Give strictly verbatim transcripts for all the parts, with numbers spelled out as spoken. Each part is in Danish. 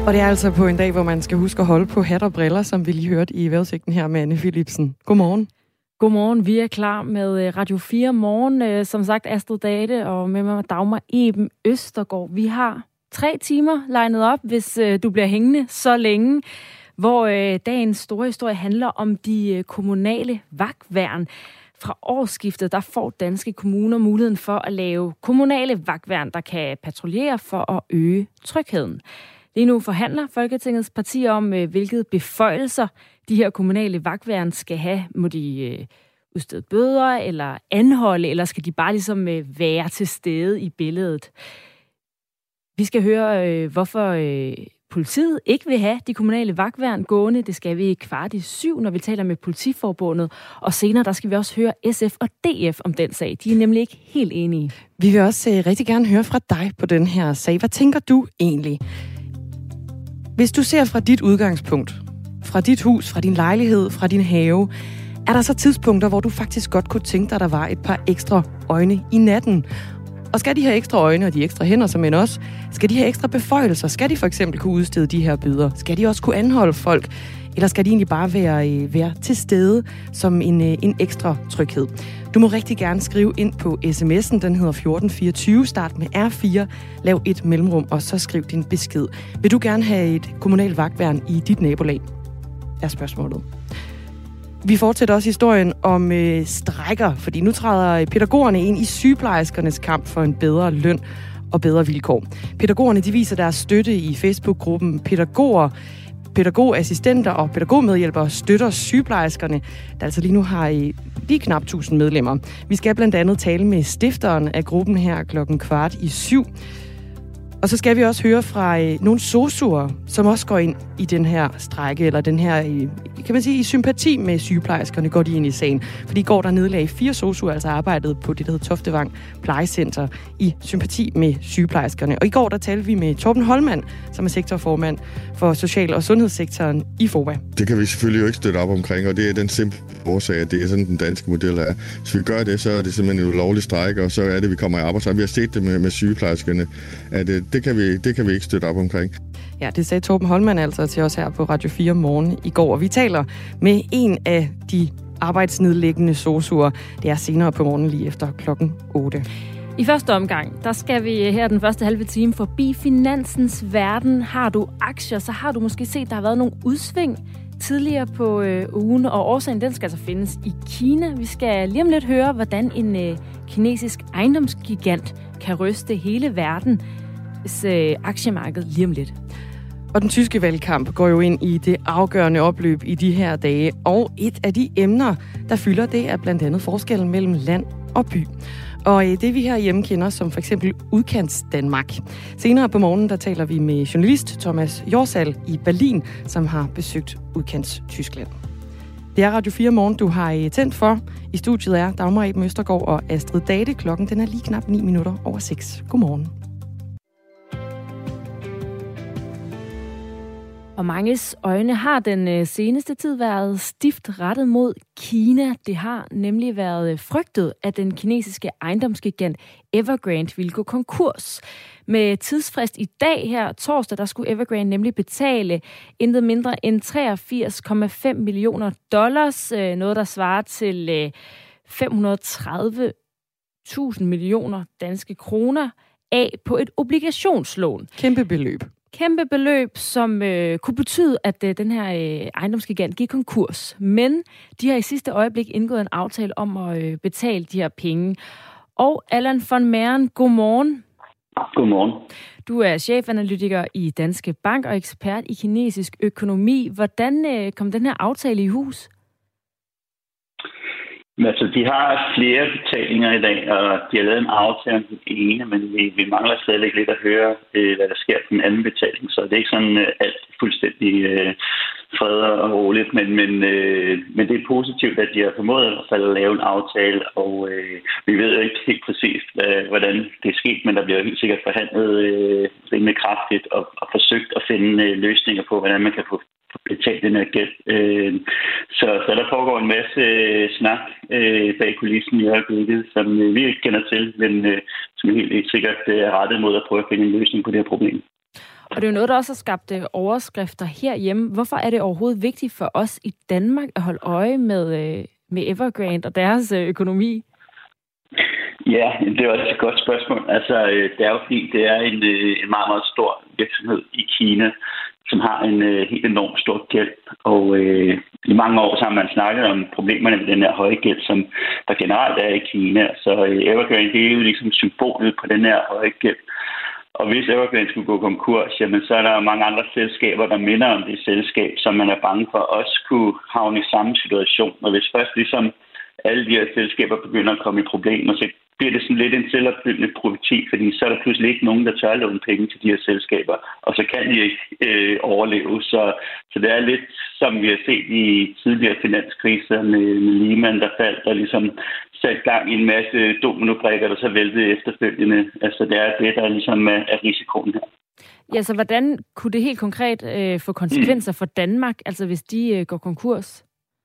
Og det er altså på en dag, hvor man skal huske at holde på hat og briller, som vi lige hørte i vejrudsigten her med Anne Philipsen. Godmorgen. Godmorgen, vi er klar med Radio fire Morgen. Som sagt, Astrid Date og med mig Dagmar Eben Østergaard. Vi har tre timer legnet op, hvis du bliver hængende så længe, hvor dagens store historie handler om de kommunale vagtværn. Fra årsskiftet, der får danske kommuner muligheden for at lave kommunale vagtværn, der kan patruljere for at øge trygheden. Lige nu forhandler Folketingets partier om, hvilke beføjelser de her kommunale vagtværn skal have. Må de udstede bøder eller anholde, eller skal de bare ligesom være til stede i billedet? Vi skal høre, hvorfor politiet ikke vil have de kommunale vagtværn gående. Det skal vi i kvart i syv, når vi taler med Politiforbundet. Og senere, der skal vi også høre S F og D F om den sag. De er nemlig ikke helt enige. Vi vil også uh, rigtig gerne høre fra dig på den her sag. Hvad tænker du egentlig? Hvis du ser fra dit udgangspunkt, fra dit hus, fra din lejlighed, fra din have, er der så tidspunkter, hvor du faktisk godt kunne tænke dig, at der var et par ekstra øjne i natten? Og skal de her ekstra øjne og de ekstra hænder, som end også, skal de her ekstra beføjelser? Skal de for eksempel kunne udstede de her bøder? Skal de også kunne anholde folk? Eller skal de egentlig bare være, være til stede som en, en ekstra tryghed? Du må rigtig gerne skrive ind på sms'en. Den hedder fjorten fireogtyve. Start med R fire. Lav et mellemrum, og så skriv din besked. Vil du gerne have et kommunalt vagtværn i dit nabolag? Er spørgsmålet. Vi fortsætter også historien om øh, strejker, fordi nu træder pædagogerne ind i sygeplejerskernes kamp for en bedre løn og bedre vilkår. Pædagogerne de viser deres støtte i Facebook-gruppen Pædagoger, pædagogassistenter og pædagogmedhjælpere støtter sygeplejerskerne, der altså lige nu har i lige knap tusind medlemmer. Vi skal blandt andet tale med stifteren af gruppen her klokken kvart i syv. Og så skal vi også høre fra øh, nogle sosuer, som også går ind i den her strejke, eller den her, øh, kan man sige, i sympati med sygeplejerskerne, går de ind i sagen. Fordi i går der nedlagde fire sosuer, altså arbejdet på det, der hedder Toftevang Plejecenter, i sympati med sygeplejerskerne. Og i går der talte vi med Torben Holmann, som er sektorformand for social- og sundhedssektoren i FOA. Det kan vi selvfølgelig jo ikke støtte op omkring, og det er den simple årsag, at det er sådan, den danske model er. Hvis vi gør det, så er det simpelthen en ulovlig strejke, og så er det, at vi kommer i arbejde. Vi har set det med, med sygeplejerskerne, at det kan, vi, det kan vi ikke støtte op omkring. Ja, det sagde Torben Holmann altså til os her på Radio fire Morgen i går. Og vi taler med en af de arbejdsnedlæggende sosuer. Det er senere på morgenen lige efter klokken otte. I første omgang, der skal vi her den første halve time forbi finansens verden. Har du aktier, så har du måske set, der har været nogle udsving tidligere på øh, ugen, og årsagen den skal altså findes i Kina. Vi skal lige om lidt høre, hvordan en øh, kinesisk ejendomsgigant kan ryste hele verden øh, aktiemarked lige om lidt. Og den tyske valgkamp går jo ind i det afgørende opløb i de her dage, og et af de emner, der fylder, det er blandt andet forskellen mellem land og by. Og det vi herhjemme kender som for eksempel Udkants Danmark. Senere på morgenen, der taler vi med journalist Thomas Jorsal i Berlin, som har besøgt Udkants Tyskland. Det er Radio fire Morgen, du har tændt for. I studiet er Dagmar Eben Østergaard og Astrid Date. Klokken den er lige knap ni minutter over seks. Godmorgen. Og manges øjne har den seneste tid været stift rettet mod Kina. Det har nemlig været frygtet, at den kinesiske ejendomsgigant Evergrande ville gå konkurs. Med tidsfrist i dag her torsdag, der skulle Evergrande nemlig betale intet mindre end treogfirs komma fem millioner dollars. Noget, der svarer til fem hundrede og tredive tusind millioner danske kroner af på et obligationslån. Kæmpe beløb. Kæmpe beløb, som øh, kunne betyde, at øh, den her øh, ejendomsgigant gik konkurs. Men de har i sidste øjeblik indgået en aftale om at øh, betale de her penge. Og Allan von Mehren, godmorgen. Godmorgen. Du er chefanalytiker i Danske Bank og ekspert i kinesisk økonomi. Hvordan øh, kom den her aftale i hus? Altså, de har flere betalinger i dag, og de har lavet en aftale om den ene, men vi, vi mangler stadigvæk lidt at høre, øh, hvad der sker på den anden betaling. Så det er ikke sådan øh, alt fuldstændig øh, fred og roligt, men, men, øh, men det er positivt, at de har formået at lave en aftale, og øh, vi ved jo ikke helt præcis, hvad, hvordan det er sket, men der bliver helt sikkert forhandlet øh, rimelig kraftigt og, og forsøgt at finde øh, løsninger på, hvordan man kan få betalt den her gæld. Øh, så, så der foregår en masse øh, snak øh, bag kulissen i øjeblikket, som øh, vi ikke kender til, men øh, som helt, helt sikkert øh, er rettet mod at prøve at finde en løsning på det her problem. Og det er jo noget, der også har skabt overskrifter herhjemme. Hvorfor er det overhovedet vigtigt for os i Danmark at holde øje med, med Evergrande og deres økonomi? Ja, det er også et godt spørgsmål. Altså, det er jo fordi, det er en, en meget, meget stor virksomhed i Kina, som har en uh, helt enormt stor gæld. Og uh, i mange år så har man snakket om problemerne med den her høje gæld, som der generelt er i Kina. Så uh, Evergrande, det er jo ligesom symbolet på den her høje gæld. Og hvis Evergrande skulle gå konkurs, jamen, så er der mange andre selskaber, der minder om det selskab, som man er bange for også skulle havne i samme situation. Og hvis først ligesom alle de her selskaber begynder at komme i problemer, så bliver det sådan lidt en selvopfyldende profeti, fordi så er der pludselig ikke nogen, der tør at låne penge til de her selskaber, og så kan de ikke øh, overleve. Så, så det er lidt, som vi har set i tidligere finanskriser med, med Lehman, der faldt, der ligesom satte gang i en masse dominobrikker, der så væltede efterfølgende. Altså det er det, der ligesom er, er risikoen her. Ja, så hvordan kunne det helt konkret øh, få konsekvenser for Danmark, altså hvis de øh, går konkurs?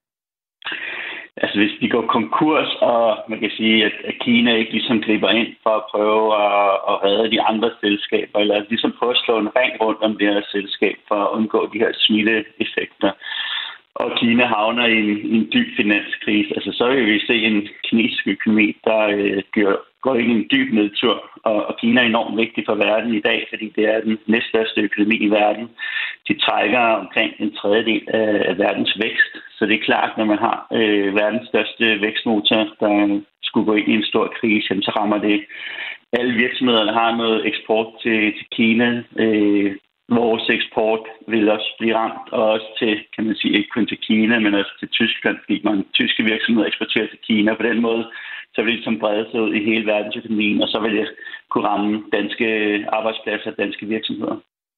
Altså hvis de går konkurs, og man kan sige, at Kina ikke ligesom griber ind for at prøve at, at redde de andre selskaber, eller ligesom prøve at slå en ring rundt om det her selskab for at undgå de her smitteeffekter. Og Kina havner i en, i en dyb finanskrise. Altså så vil vi se en kinesisk økonomi, der øh, gør, går ind i en dyb nedtur. Og, og Kina er enormt vigtig for verden i dag, fordi det er den næststørste økonomi i verden. De trækker omkring en tredjedel af, af verdens vækst. Så det er klart, når man har øh, verdens største vækstmotor, der skulle gå ind i en stor krise, jamen, så rammer det alle virksomheder, der har noget eksport til, til Kina. Øh, Vores eksport vil også blive ramt, og også til, kan man sige, ikke kun til Kina, men også til Tyskland, fordi mange tyske virksomheder eksporterer til Kina. På den måde, så vil det ligesom brede sig ud i hele verdensøkonomien, og så vil det kunne ramme danske arbejdspladser og danske virksomheder.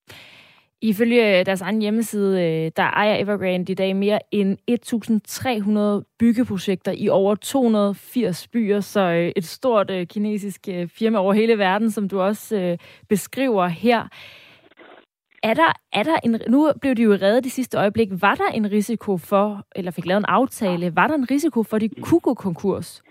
Ifølge deres egen hjemmeside, der ejer Evergrande i dag mere end et tusind tre hundrede byggeprojekter i over to hundrede og firs byer, så et stort kinesisk firma over hele verden, som du også beskriver her. Er der, er der en, nu blev de jo reddet de sidste øjeblik. Var der en risiko for, eller fik lavet en aftale, var der en risiko for, at de kunne gå konkurs?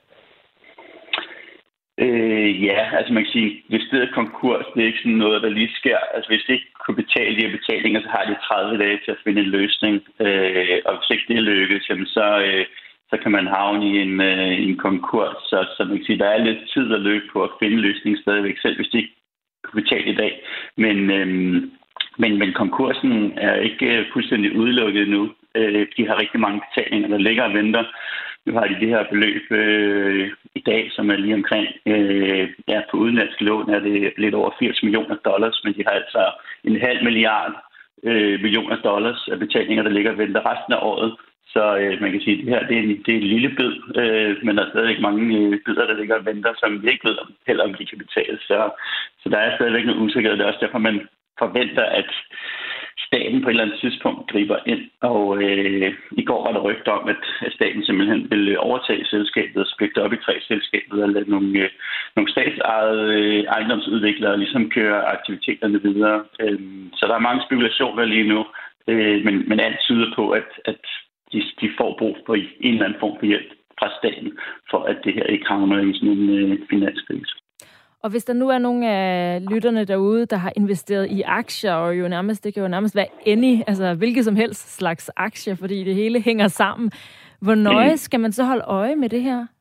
Øh, ja, altså man kan sige, hvis det er konkurs, det er ikke sådan noget, der lige sker. Altså hvis de ikke kunne betale de her betalinger, så har de tredive dage til at finde en løsning. Øh, og hvis ikke det lykkes, jamen så, øh, så kan man havne i en, øh, en konkurs. Så, så man kan sige, der er lidt tid at løbe på at finde løsning stadigvæk, selv hvis de ikke kunne betale i dag. Men øh, Men, men konkursen er ikke fuldstændig udelukket nu. Øh, de har rigtig mange betalinger, der ligger og venter. Nu har de det her beløb øh, i dag, som er lige omkring, øh, ja, på udenlandske lån er det lidt over firs millioner dollars, men de har altså en halv milliard øh, millioner dollars af betalinger, der ligger og venter resten af året. Så øh, man kan sige, at det her det er, en, det er en lille bid, øh, men der er stadigvæk mange øh, bidder, der ligger og venter, som vi ikke ved om, heller om de kan betale. Så, så der er stadigvæk noget usikkerhed. Det er også derfor, man forventer, at staten på et eller andet tidspunkt griber ind. Og øh, i går var der rygter om, at staten simpelthen vil overtage selskabet og splitte op i tre selskaber og lade nogle, øh, nogle statsejede øh, ejendomsudviklere ligesom køre aktiviteterne videre. Øh, så der er mange spekulationer lige nu, øh, men, men alt tyder på, at, at de, de får brug for en eller anden form for hjælp fra staten, for at det her ikke havner i sådan en øh, finanskrise. Og hvis der nu er nogle af lytterne derude, der har investeret i aktier, og jo nærmest, det kan jo nærmest være any, altså hvilket som helst slags aktier, fordi det hele hænger sammen. Hvor nøje skal man så holde øje med det her?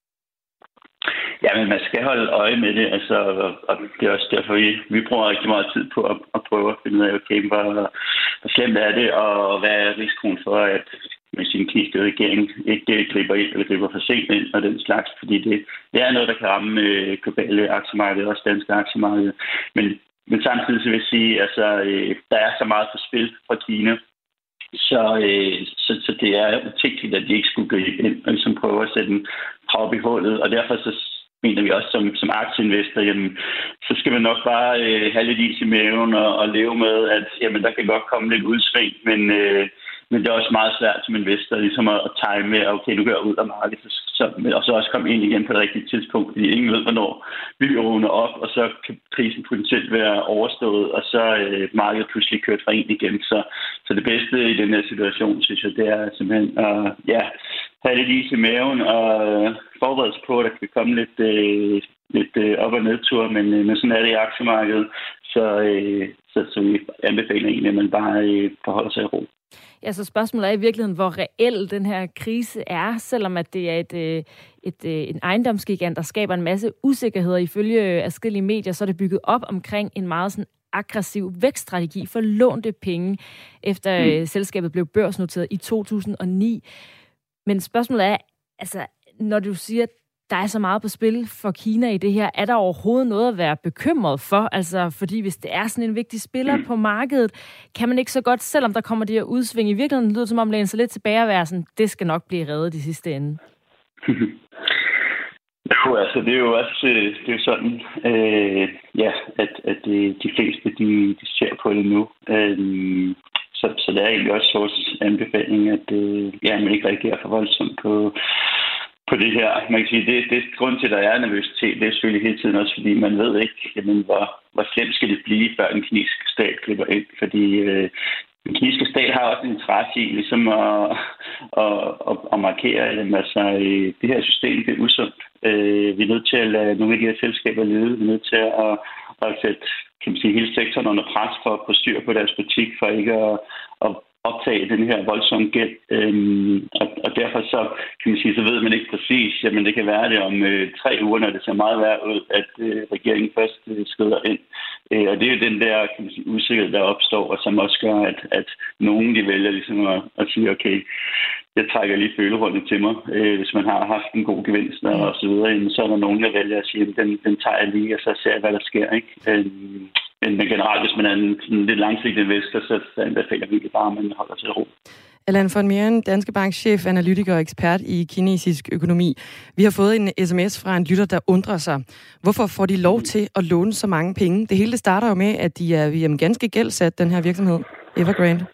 Ja, men man skal holde øje med det, altså, og det er også derfor, vi, vi bruger rigtig meget tid på at, at prøve at finde ud af, okay, hvor, hvor slemt er det, og hvad er risikoen for, at med sin kinesiske regering ikke griber ind eller griber for sent ind og den slags, fordi det, det er noget, der kan ramme øh, globale aktiemarkeder, også danske aktiemarkeder. Men, men samtidig så vil jeg sige, altså, øh, der er så meget på spil fra Kina, så, øh, så, så det er utænkeligt, at de ikke skulle gå ind og ligesom prøve at sætte en prop i hullet, og derfor så mener vi også som, som aktieinvestor, jamen, så skal man nok bare øh, have lidt is i maven og, og leve med, at jamen, der kan godt komme lidt udsving, men øh, Men det er også meget svært som investor ligesom at, at time med, okay, nu går jeg ud af markedet, så, og så også komme ind igen på det rigtige tidspunkt, fordi ingen ved, hvornår vi åbner op, og så kan krisen potentielt være overstået, og så øh, markedet pludselig kørt fra en igen. Så, så det bedste i den her situation, synes jeg, det er simpelthen at ja, have lidt is i maven og forberede sig på, at der kan komme lidt, øh, lidt øh, op- og nedtur, men, øh, men sådan er det i aktiemarkedet. Så, øh, så, så vi anbefaler egentlig, at man bare øh, forholder sig i ro. Ja, så spørgsmålet er i virkeligheden, hvor reel den her krise er, selvom at det er et, et, et, en ejendomsgigant, der skaber en masse usikkerheder. Ifølge adskillige medier, så er det bygget op omkring en meget sådan aggressiv vækststrategi for lånte penge, efter mm. selskabet blev børsnoteret i to tusind og ni. Men spørgsmålet er, altså, når du siger, der er så meget på spil for Kina i det her, er der overhovedet noget at være bekymret for? Altså, fordi hvis det er sådan en vigtig spiller på markedet, kan man ikke så godt, selvom der kommer de her udsving, i virkeligheden lyder det som om læne sig lidt tilbage og være sådan, det skal nok blive reddet i sidste ende. Jo, altså det er jo også det er jo sådan, øh, ja, at, at de fleste de, de ser på det nu. Øh, så, så det er egentlig også vores anbefaling, at øh, ja, man ikke reagerer for voldsomt på På det her. Man kan sige, det, det er grund til, at der er nervøsitet. Det er selvfølgelig hele tiden også, fordi man ved ikke, jamen, hvor, hvor slemt skal det blive, før den kinesiske stat klipper ind. Fordi øh, den kinesiske stat har også en interesse i ligesom at, at, at, at markere, at altså, det her system det er usundt. Øh, vi er nødt til at lade nogle af de her selskaber lede. Vi er nødt til at, at sætte kan man sige, hele sektoren under pres for at få styr på deres butik, for ikke at, at optage den her voldsomme gæld. Øhm, og, og derfor så, kan man sige, så ved man ikke præcis, jamen det kan være det om øh, tre uger, når det ser meget værd ud, at øh, regeringen først øh, skrider ind. Øh, og det er jo den der kan man sige, usikkerhed, der opstår, og som også gør, at, at nogen de vælger ligesom at, at sige, okay, jeg trækker lige følehornet til mig. Øh, hvis man har haft en god gevinst og så videre, så er der nogen, der vælger at sige, den, den tager jeg lige, og så ser jeg, hvad der sker. Ikke? Øh, Men generelt, hvis man er en, en lidt langsigtet investor, så anbefaler vi bare, at man holder sig i ro. Allan von Meeren, Danske Banks chef, analytiker og ekspert i kinesisk økonomi. Vi har fået en sms fra en lytter, der undrer sig. Hvorfor får de lov til at låne så mange penge? Det hele det starter jo med, at de er jamen, ganske gældsat, den her virksomhed, Evergrande.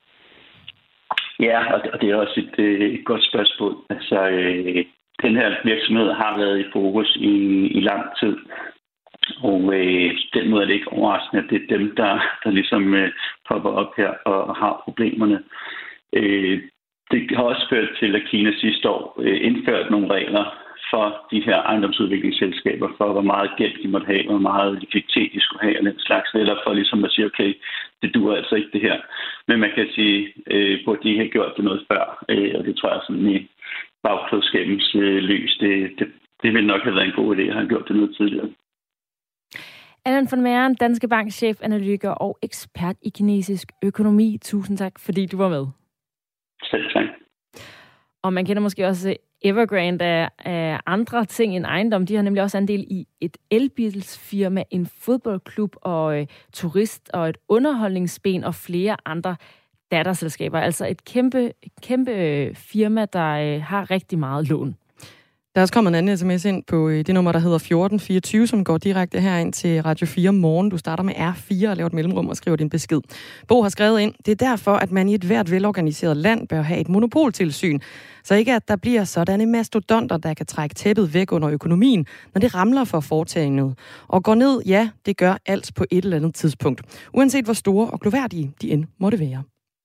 Ja, og det er også et, et godt spørgsmål. Altså, øh, den her virksomhed har været i fokus i, i lang tid. Og øh, den måde er det ikke overraskende, at det er dem, der, der ligesom øh, popper op her og, og har problemerne. Øh, det har også ført til, at Kina sidste år øh, indført nogle regler for de her ejendomsudviklingsselskaber, for hvor meget gæld de måtte have, hvor meget likviditet de skulle have, og den slags, eller for ligesom at sige, okay, det duer altså ikke det her. Men man kan sige, øh, burde de have gjort det noget før, øh, og det tror jeg sådan i bagklodskabens øh, lys, det, det, det ville nok have været en god idé at have gjort det noget tidligere. Allan von Meeren, Danske Banks chef, analytiker og ekspert i kinesisk økonomi. Tusind tak, fordi du var med. Selv tak. Og man kender måske også Evergrande af, af andre ting end ejendom. De har nemlig også andel i et elbilsfirma, en fodboldklub og øh, turist og et underholdningsben og flere andre datterselskaber. Altså et kæmpe, kæmpe firma, der øh, har rigtig meget lån. Der er også kommet en anden sms ind på det nummer, der hedder fjorten fireogtyve, som går direkte herind til Radio fire Morgen. Du starter med R fire og laver et mellemrum og skriver din besked. Bo har skrevet ind, det er derfor, at man i et hvert velorganiseret land bør have et monopoltilsyn. Så ikke at der bliver sådanne mastodonter, der kan trække tæppet væk under økonomien, når det ramler for foretagendet. Og går ned, ja, det gør alt på et eller andet tidspunkt. Uanset hvor store og gloværdige de end måtte være.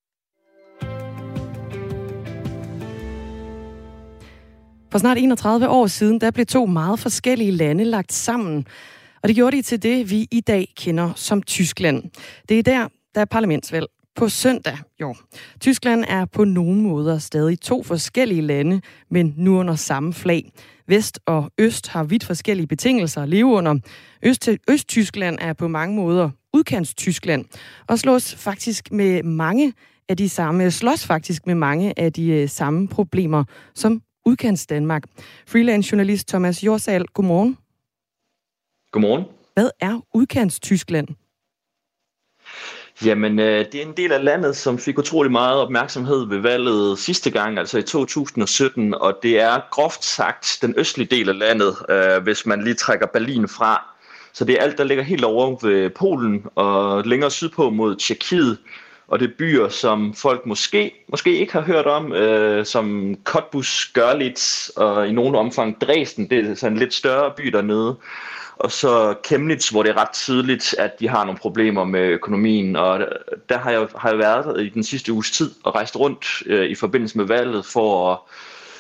For snart enogtredive år siden, der blev to meget forskellige lande lagt sammen. Og det gjorde de til det, vi i dag kender som Tyskland. Det er der, der er parlamentsvalg på søndag. Jo. Tyskland er på nogle måder stadig to forskellige lande, men nu under samme flag. Vest og Øst har vidt forskellige betingelser at leve under. Øst- Øst-Tyskland er på mange måder udkants-Tyskland og slås faktisk med mange af de samme, slås faktisk med mange af de samme problemer som udkants Danmark. Freelance journalist Thomas Jorsal, godmorgen. Godmorgen. Hvad er udkants Tyskland? Jamen, øh, det er en del af landet, som fik utrolig meget opmærksomhed ved valget sidste gang, altså i to tusind og sytten, og det er groft sagt den østlige del af landet, øh, hvis man lige trækker Berlin fra. Så det er alt, der ligger helt over ved Polen og længere sydpå mod Tjekkiet. Og det er byer, som folk måske, måske ikke har hørt om, øh, som Cottbus, Görlitz og i nogle omfang Dresden. Det er sådan en lidt større by dernede. Og så Chemnitz, hvor det er ret tydeligt, at de har nogle problemer med økonomien. Og der har jeg, har jeg været i den sidste uges tid og rejst rundt øh, i forbindelse med valget for at,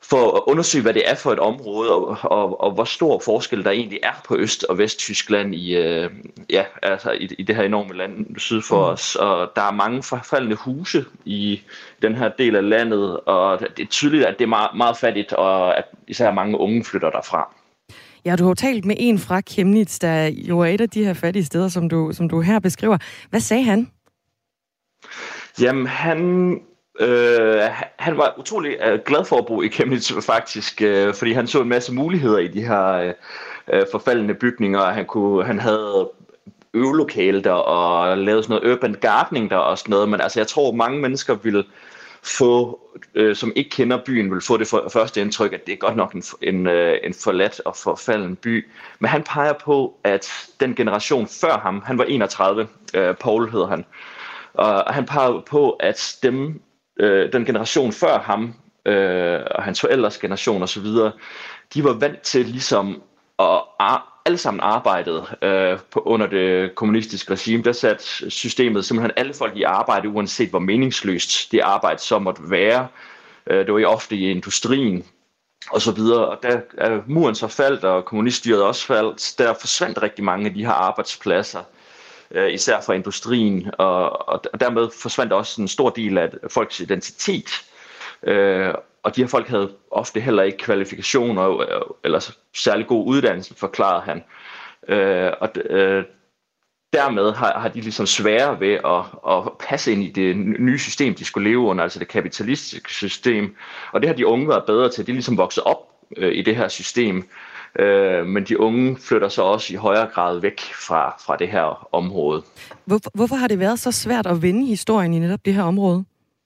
for at undersøge, hvad det er for et område, og, og, og hvor stor forskel der egentlig er på Øst- og Vesttyskland i, øh, ja, altså i, i det her enorme land syd for mm. os. Og der er mange forfaldne huse i den her del af landet, og det er tydeligt, at det er meget, meget fattigt, og at især mange unge flytter derfra. Ja, du har jo talt med en fra Chemnitz, der jo er et af de her fattige steder, som du, som du her beskriver. Hvad sagde han? Jamen, han... Øh, han var utrolig øh, glad for at bo i Chemnitz faktisk, øh, fordi han så en masse muligheder i de her øh, forfaldne bygninger. Han, kunne, han havde øvelokale der og lavede sådan noget urban gardening der og sådan noget, men altså jeg tror mange mennesker ville få, øh, som ikke kender byen, vil få det for, første indtryk, at det er godt nok en, en, øh, en forladt og forfalden by. Men han peger på, at den generation før ham, han var enogtredive, øh, Paul hedder han, og han peger på, at dem Øh, den generation før ham, øh, og hans forældres generation osv., de var vant til ligesom at ar- alle sammen arbejdede øh, på, under det kommunistiske regime. Der satte systemet simpelthen alle folk i arbejde, uanset hvor meningsløst det arbejde så måtte være. Øh, det var jo ofte i industrien og så videre. Og da øh, muren så faldt, og kommuniststyret også faldt, der forsvandt rigtig mange af de her arbejdspladser, især fra industrien, og, og dermed forsvandt også en stor del af folks identitet. Øh, og de her folk havde ofte heller ikke kvalifikationer eller særlig god uddannelse, forklarede han. Øh, og øh, dermed har, har de ligesom svære ved at, at passe ind i det nye system, de skulle leve under, altså det kapitalistiske system. Og det har de unge været bedre til. De er ligesom vokset op øh, i det her system. Men de unge flytter så også i højere grad væk fra, fra det her område. Hvorfor, hvorfor har det været så svært at vende historien i netop det her område?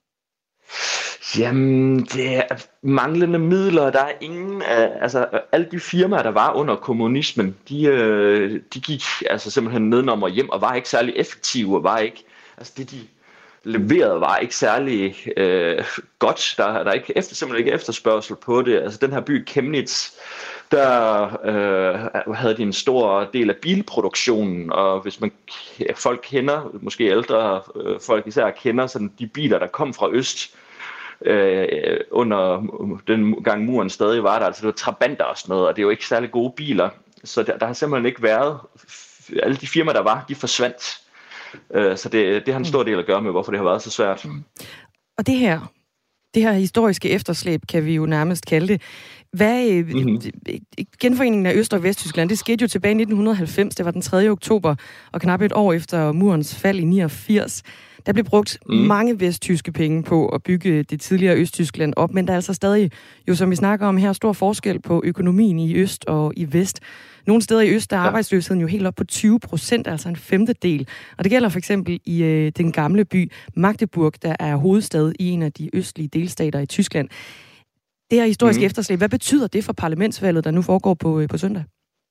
Jamen, det er manglende midler. Der er ingen af, altså alle de firmaer, der var under kommunismen, de, de gik altså simpelthen nedenom og hjem og var ikke særlig effektive og var ikke, altså det de leveret var ikke særlig øh, godt. Der, der er ikke efter, simpelthen ikke efterspørgsel på det. Altså den her by Chemnitz, der øh, havde de en stor del af bilproduktionen, og hvis man folk kender, måske ældre øh, folk især kender sådan de biler, der kom fra øst øh, under den gang muren stadig var der, altså det var trabanter og sådan noget, og det er jo ikke særlig gode biler, så der, der har simpelthen ikke været, alle de firmaer der var, de forsvandt, øh, så det, det har en stor del at gøre med, hvorfor det har været så svært. Og det her, det her historiske efterslæb, kan vi jo nærmest kalde det. Hvad, mm-hmm. Genforeningen af Øst- og Vesttyskland, det skete jo tilbage i nitten halvfems, det var den tredje oktober, og knap et år efter murens fald i niogfirs. Der blev brugt mm. mange vesttyske penge på at bygge det tidligere Østtyskland op, men der er altså stadig, jo som vi snakker om her, stor forskel på økonomien i Øst og i Vest. Nogle steder i Øst, der er arbejdsløsheden jo helt op på tyve procent, altså en femtedel. Og det gælder for eksempel i øh, den gamle by Magdeburg, der er hovedstad i en af de østlige delstater i Tyskland. Det her historiske mm. efterslæb, hvad betyder det for parlamentsvalget, der nu foregår på, øh, på søndag?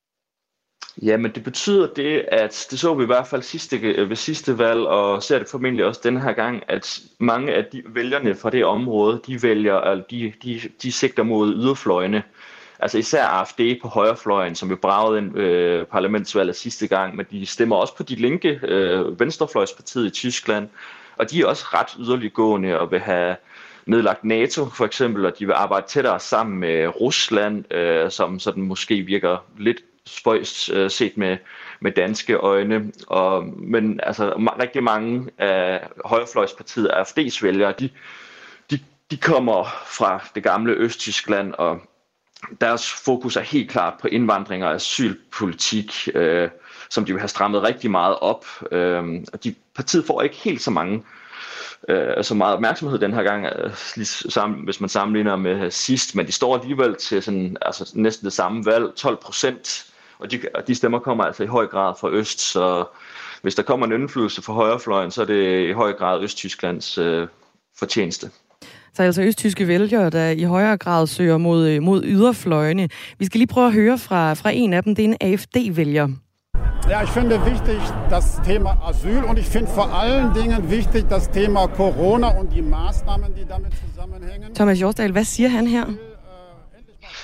Jamen, det betyder det, at det så vi i hvert fald sidste, ved sidste valg, og ser det formentlig også denne her gang, at mange af de vælgerne fra det område, de vælger, de, de, de sigter mod yderfløjene. Altså især A F D på højrefløjen, som jo bragede ind øh, parlamentsvalget sidste gang, men de stemmer også på De Linke, øh, venstrefløjspartiet i Tyskland, og de er også ret yderliggående og vil have nedlagt NATO for eksempel, og de vil arbejde tættere sammen med Rusland, øh, som sådan måske virker lidt spøjst øh, set med, med danske øjne. Og, men altså rigtig mange af højrefløjspartiet A F D's vælgere, de, de, de kommer fra det gamle Østtyskland, og deres fokus er helt klart på indvandring og asylpolitik, øh, som de vil have strammet rigtig meget op. Øh, og de, partiet får ikke helt så mange øh, så meget opmærksomhed den her gang, øh, sammen, hvis man sammenligner med sidst, men de står alligevel til sådan, altså næsten det samme valg, tolv procent, og de, de stemmer kommer altså i høj grad fra øst, så hvis der kommer en indflydelse fra højrefløjen, så er det i høj grad Østtysklands øh, fortjeneste. Så altså østtyske vælgere, der i højere grad søger mod, mod yderfløjene. Vi skal lige prøve at høre fra, fra en af dem, det er en A F D-vælger. Ja, ich finde wichtig das Thema Asyl und ich finde vor allen Dingen wichtig das Thema Corona und die Maßnahmen, die damit zusammenhängen. Thomas Jorsdal, hvad siger han her?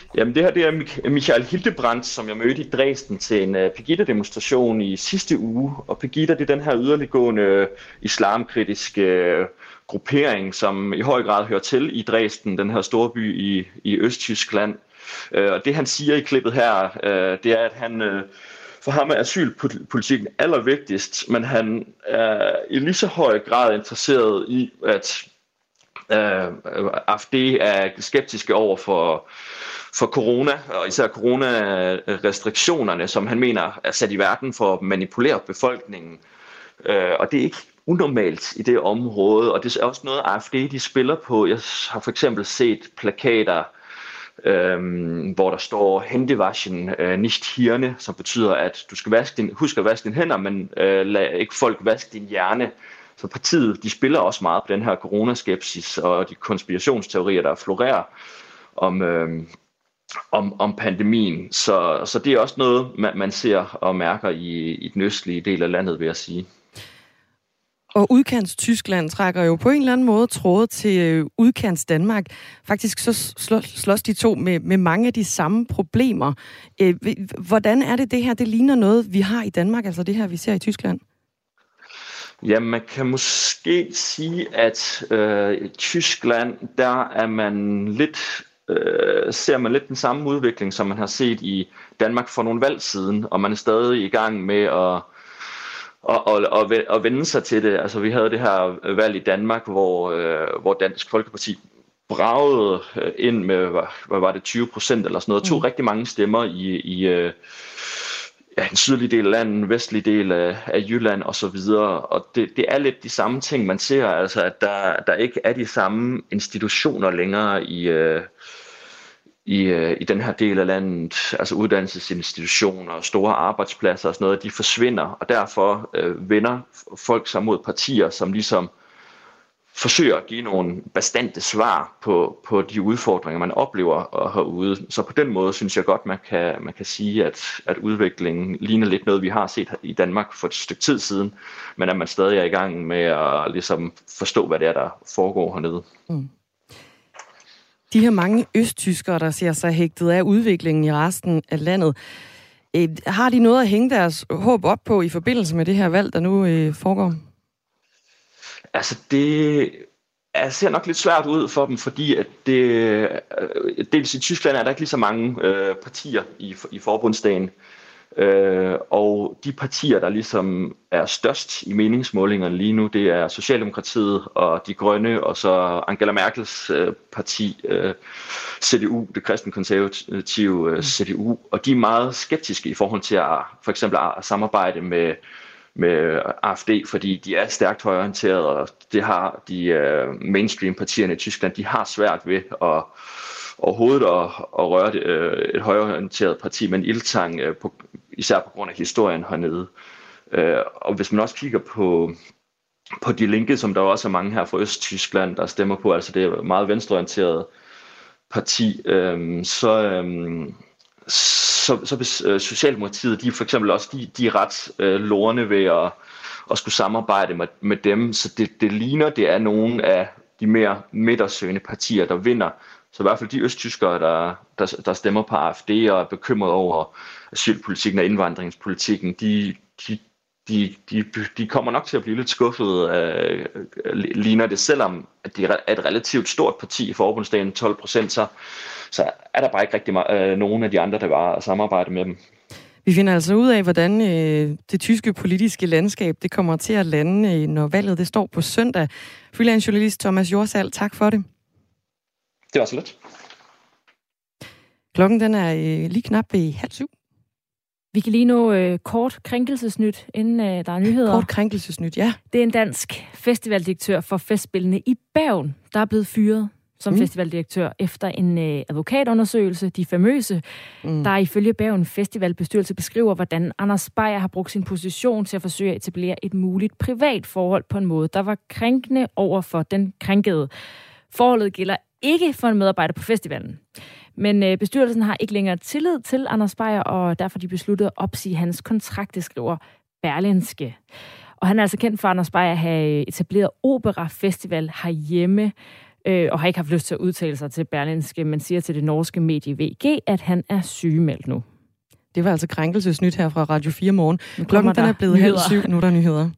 Jamen det her det er Michael Hildebrandt, som jeg mødte i Dresden til en uh, Pegida-demonstration i sidste uge. Og Pegida det er den her yderliggående islamkritiske uh, gruppering, som i høj grad hører til i Dresden, den her store by i, i Østtyskland. Uh, og det han siger i klippet her, uh, det er, at han... Uh, For ham er asylpolitikken allervigtigst, men han er i lige så høj grad interesseret i, at øh, A F D er skeptiske over for, for corona, og især coronarestriktionerne, som han mener er sat i verden for at manipulere befolkningen. Øh, og det er ikke unormalt i det område, og det er også noget, A F D de spiller på. Jeg har for eksempel set plakater, Øhm, hvor der står Händewaschen, øh, nicht Hirne, som betyder, at du skal vaske din, husk at vaske dine hænder, men øh, lad ikke folk vaske din hjerne. Så partiet, de spiller også meget på den her coronaskepsis og de konspirationsteorier, der florerer om, øh, om, om pandemien. Så, så det er også noget, man, man ser og mærker i, i den østlige del af landet, vil jeg sige. Og udkants Tyskland trækker jo på en eller anden måde tråde til udkants Danmark. Faktisk så slås de to med, med mange af de samme problemer. Hvordan er det det her? Det ligner noget, vi har i Danmark, altså det her, vi ser i Tyskland. Ja, man kan måske sige, at øh, i Tyskland, der er man lidt, øh, ser man lidt den samme udvikling, som man har set i Danmark for nogle valg siden, og man er stadig i gang med at Og, og, og, og vende sig til det. Altså, vi havde det her valg i Danmark, hvor, øh, hvor Dansk Folkeparti bragede ind med, hvad var det, tyve procent eller sådan noget, tog mm. rigtig mange stemmer i, i øh, ja, den sydlige del af landet, vestlige del af, af Jylland og så videre. Og det, det er lidt de samme ting, man ser, altså, at der, der ikke er de samme institutioner længere i... Øh, I, i den her del af landet, altså uddannelsesinstitutioner og store arbejdspladser og sådan noget, de forsvinder, og derfor øh, vender folk sig mod partier, som ligesom forsøger at give nogle bastante svar på, på de udfordringer, man oplever herude. Så på den måde synes jeg godt, man kan, man kan sige, at, at udviklingen ligner lidt noget, vi har set i Danmark for et stykke tid siden, men at man stadig er i gang med at ligesom forstå, hvad det er, der foregår hernede. Mm. De her mange østtyskere, der ser sig hægtet af udviklingen i resten af landet, øh, har de noget at hænge deres håb op på i forbindelse med det her valg, der nu øh, foregår? Altså, det er, ser nok lidt svært ud for dem, fordi at det, dels i Tyskland er der ikke lige så mange øh, partier i, i forbundsdagen. Øh, og de partier, der ligesom er størst i meningsmålingerne lige nu, det er Socialdemokratiet og De Grønne, og så Angela Merkels øh, parti, øh, C D U, det kristenkonservative øh, C D U, og de er meget skeptiske i forhold til at for eksempel at samarbejde med, med A F D, fordi de er stærkt højreorienterede, og det har de øh, mainstream-partierne i Tyskland, de har svært ved at overhovedet at, at røre det, øh, et højreorienteret parti, men ildtang, øh, på, især på grund af historien hernede. Øh, og hvis man også kigger på, på De Linke, som der også er mange her fra Østtyskland, der stemmer på, altså det er et meget venstreorienteret parti, øh, så, øh, så, så hvis øh, Socialdemokratiet, de for eksempel også, de, de er ret øh, lorne ved at, at skulle samarbejde med, med dem, så det, det ligner, det er nogle af de mere midtersøgende partier, der vinder. Så i hvert fald de østtyskere, der, der, der stemmer på A F D og er bekymret over asylpolitikken og indvandringspolitikken, de, de, de, de, de kommer nok til at blive lidt skuffede, øh, ligner det, selvom at de er et relativt stort parti i forbundsdagen, tolv procent, så, så er der bare ikke rigtig meget, øh, nogen af de andre, der var at samarbejde med dem. Vi finder altså ud af, hvordan øh, det tyske politiske landskab det kommer til at lande, øh, når valget det står på søndag. Freelance journalist Thomas Jorsal, tak for det. Det var så lidt. Klokken den er øh, lige knap ved halv syv. Vi kan lige nå øh, kort krænkelsesnyt, inden øh, der er nyheder. Kort krænkelsesnyt, ja. Det er en dansk festivaldirektør for Festspillene i Bergen, der er blevet fyret som mm. festivaldirektør efter en øh, advokatundersøgelse, de famøse, mm. der ifølge Bergen Festivalbestyrelse beskriver, hvordan Anders Beyer har brugt sin position til at forsøge at etablere et muligt privat forhold på en måde, der var krænkende over for den krænkede. Forholdet gælder ikke for en medarbejder på festivalen. Men øh, bestyrelsen har ikke længere tillid til Anders Beyer, og derfor de besluttede at opsige hans kontrakt, det skriver Berlingske. Og han er altså kendt for, Anders Beyer at have etableret Opera Festival herhjemme. øh, og har ikke haft lyst til at udtale sig til Berlingske, men siger til det norske medie V G, at han er sygemeldt nu. Det var altså krænkelsesnyt her fra Radio fire Morgen. Klokken den er blevet halv syv, nu er der nyheder.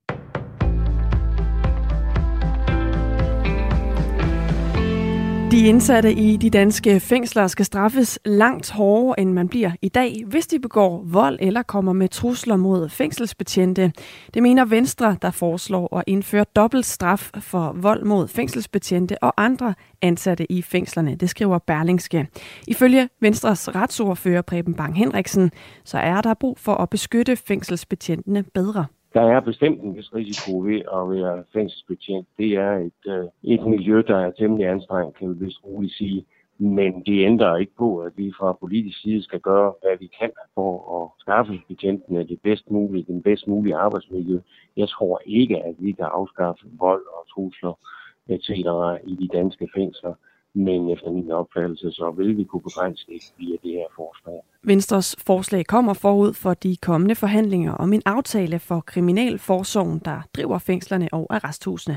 De indsatte i de danske fængsler skal straffes langt hårdere, end man bliver i dag, hvis de begår vold eller kommer med trusler mod fængselsbetjente. Det mener Venstre, der foreslår at indføre dobbelt straf for vold mod fængselsbetjente og andre ansatte i fængslerne. Det skriver Berlingske. Ifølge Venstres retsordfører Preben Bang Henriksen, så er der brug for at beskytte fængselsbetjentene bedre. Der er bestemt en vis risiko ved at være fængselsbetjent. Det er et, øh, et miljø, der er temmelig anstrengt, kan vi vist roligt sige. Men det ændrer ikke på, at vi fra politisk side skal gøre, hvad vi kan for at skaffe betjentene det bedst mulige, den bedst mulige arbejdsmiljø. Jeg tror ikke, at vi kan afskaffe vold og trusler et cetera i de danske fængsler. Men efter min opfattelse, så vil vi kunne begrænse det via det her forslag. Venstres forslag kommer forud for de kommende forhandlinger om en aftale for kriminalforsorgen, der driver fængslerne og arresthusene.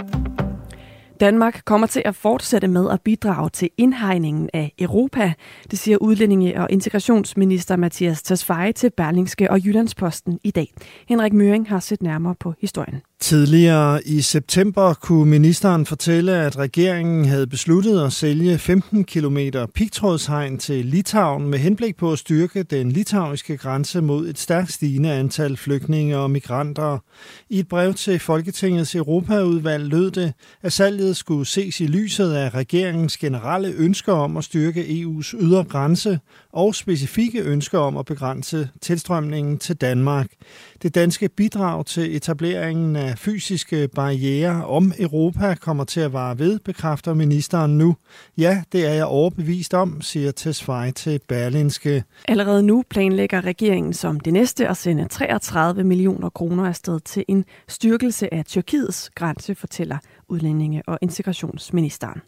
Danmark kommer til at fortsætte med at bidrage til indhegningen af Europa, det siger udlændinge- og integrationsminister Mattias Tesfaye til Berlingske og Jyllandsposten i dag. Henrik Møring har set nærmere på historien. Tidligere i september kunne ministeren fortælle, at regeringen havde besluttet at sælge femten kilometer pigtrådshegn til Litauen med henblik på at styrke den litauiske grænse mod et stærkt stigende antal flygtninge og migranter. I et brev til Folketingets Europaudvalg lød det, at salget skulle ses i lyset af regeringens generelle ønsker om at styrke E U's ydre grænse og specifikke ønsker om at begrænse tilstrømningen til Danmark. Det danske bidrag til etableringen af fysiske barrierer om Europa kommer til at vare ved, bekræfter ministeren nu. Ja, det er jeg overbevist om, siger Tesfaye til Berlingske. Allerede nu planlægger regeringen som det næste at sende treogtredive millioner kroner afsted til en styrkelse af Tyrkiets grænse, fortæller udlændinge- og integrationsministeren.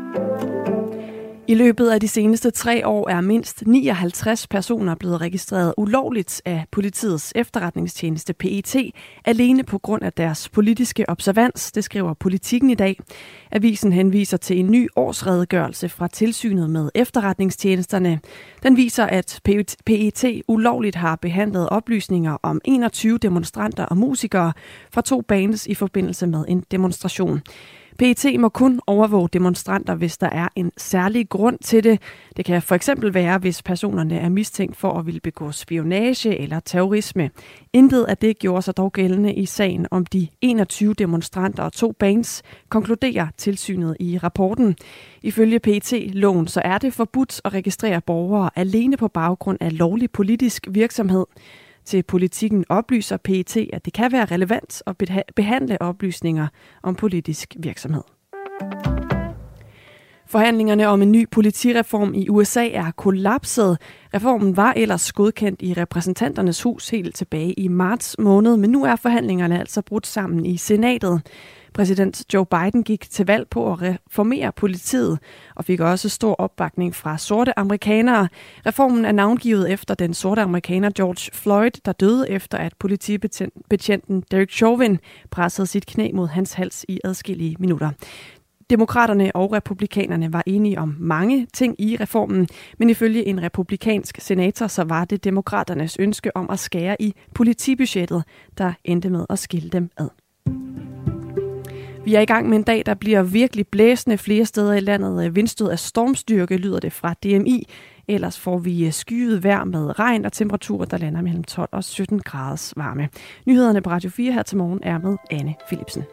I løbet af de seneste tre år er mindst nioghalvtreds personer blevet registreret ulovligt af politiets efterretningstjeneste P E T, alene på grund af deres politiske observans, det skriver Politikken i dag. Avisen henviser til en ny årsredegørelse fra tilsynet med efterretningstjenesterne. Den viser, at P E T ulovligt har behandlet oplysninger om enogtyve demonstranter og musikere fra to bands i forbindelse med en demonstration. P E T må kun overvåge demonstranter, hvis der er en særlig grund til det. Det kan for eksempel være, hvis personerne er mistænkt for at ville begå spionage eller terrorisme. Intet af det gjorde sig dog gældende i sagen om de enogtyve demonstranter og to bands, konkluderer tilsynet i rapporten. Ifølge P E T-loven så er det forbudt at registrere borgere alene på baggrund af lovlig politisk virksomhed. Til Politikken oplyser P E T, at det kan være relevant at behandle oplysninger om politisk virksomhed. Forhandlingerne om en ny politireform i U S A er kollapset. Reformen var ellers godkendt i repræsentanternes hus helt tilbage i marts måned, men nu er forhandlingerne altså brudt sammen i senatet. Præsident Joe Biden gik til valg på at reformere politiet og fik også stor opbakning fra sorte amerikanere. Reformen er navngivet efter den sorte amerikaner George Floyd, der døde efter at politibetjenten Derek Chauvin pressede sit knæ mod hans hals i adskillige minutter. Demokraterne og republikanerne var enige om mange ting i reformen, men ifølge en republikansk senator, så var det demokraternes ønske om at skære i politibudgettet, der endte med at skille dem ad. Vi er i gang med en dag, der bliver virkelig blæsende flere steder i landet. Vindstød af stormstyrke lyder det fra D M I. Ellers får vi skyet vejr med regn og temperaturer, der lander mellem tolv og sytten graders varme. Nyhederne på Radio fire her til morgen er med Anne Philipsen.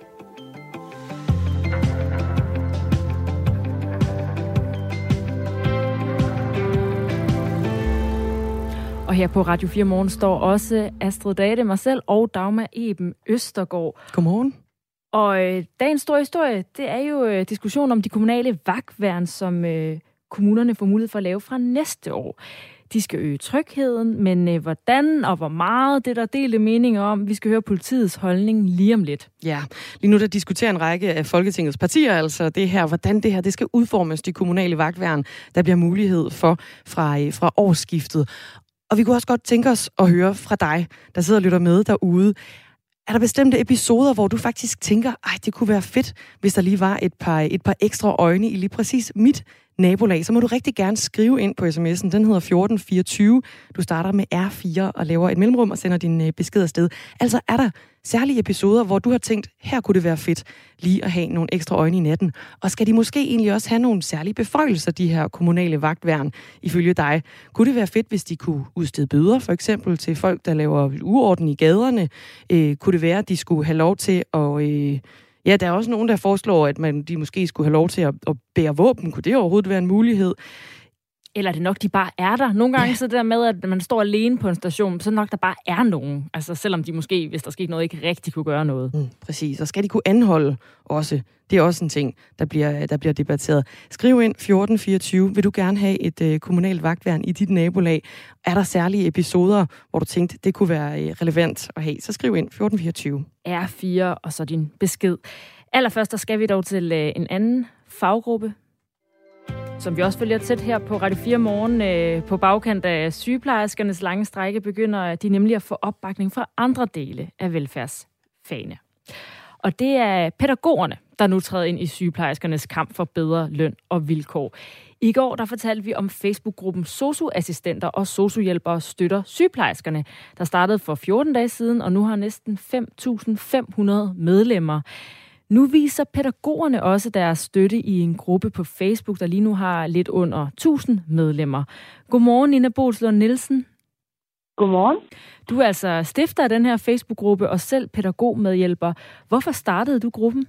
Og her på Radio fire Morgen står også Astrid Date, mig selv og Dagmar Eben Østergaard. Godmorgen. Og øh, dagens store historie, det er jo øh, diskussion om de kommunale vagtværn, som øh, kommunerne får mulighed for at lave fra næste år. De skal øge trygheden, men øh, hvordan og hvor meget, det er der delte meninger om. Vi skal høre politiets holdning lige om lidt. Ja, lige nu der diskuterer en række af Folketingets partier, altså det her, hvordan det her det skal udformes, de kommunale vagtværn, der bliver mulighed for fra, øh, fra årsskiftet. Og vi kunne også godt tænke os at høre fra dig, der sidder og lytter med derude. Er der bestemte episoder, hvor du faktisk tænker, ej, det kunne være fedt, hvis der lige var et par, et par ekstra øjne i lige præcis mit nabolag, så må du rigtig gerne skrive ind på sms'en. Den hedder fjorten fireogtyve. Du starter med R fire og laver et mellemrum og sender din besked afsted. Altså er der særlige episoder, hvor du har tænkt, her kunne det være fedt lige at have nogle ekstra øjne i natten. Og skal de måske egentlig også have nogle særlige beføjelser, de her kommunale vagtværn, ifølge dig? Kunne det være fedt, hvis de kunne udstede bøder, for eksempel til folk, der laver uorden i gaderne? Øh, kunne det være, at de skulle have lov til at... Øh, Ja, der er også nogen, der foreslår, at man, de måske skulle have lov til at, at bære våben. Kunne det overhovedet være en mulighed? Eller er det nok, de bare er der? Nogle gange ja. Så der med, at man står alene på en station, så nok der bare er nogen. Altså selvom de måske, hvis der skete noget, ikke rigtig kunne gøre noget. Mm, præcis. Og skal de kunne anholde også? Det er også en ting, der bliver, der bliver debatteret. Skriv ind fjorten fireogtyve. Vil du gerne have et øh, kommunalt vagtværn i dit nabolag? Er der særlige episoder, hvor du tænkte, det kunne være øh, relevant at have? Så skriv ind fjorten fireogtyve. R fire og så din besked. Allerførst, der skal vi dog til øh, en anden faggruppe, som vi også følger tæt her på Radio fire Morgen. Øh, på bagkant af sygeplejerskernes lange strejke begynder de nemlig at få opbakning fra andre dele af velfærdsfagene. Og det er pædagogerne, der nu træder ind i sygeplejerskernes kamp for bedre løn og vilkår. I går der fortalte vi om Facebook-gruppen sosu-assistenter og sosu-hjælpere støtter sygeplejerskerne, der startede for fjorten dage siden, og nu har næsten fem tusind fem hundrede medlemmer. Nu viser pædagogerne også deres støtte i en gruppe på Facebook, der lige nu har lidt under tusind medlemmer. Godmorgen, Nina Bolslund Nielsen. Godmorgen. Du er altså stifter af den her Facebook-gruppe og selv pædagogmedhjælper. Hvorfor startede du gruppen?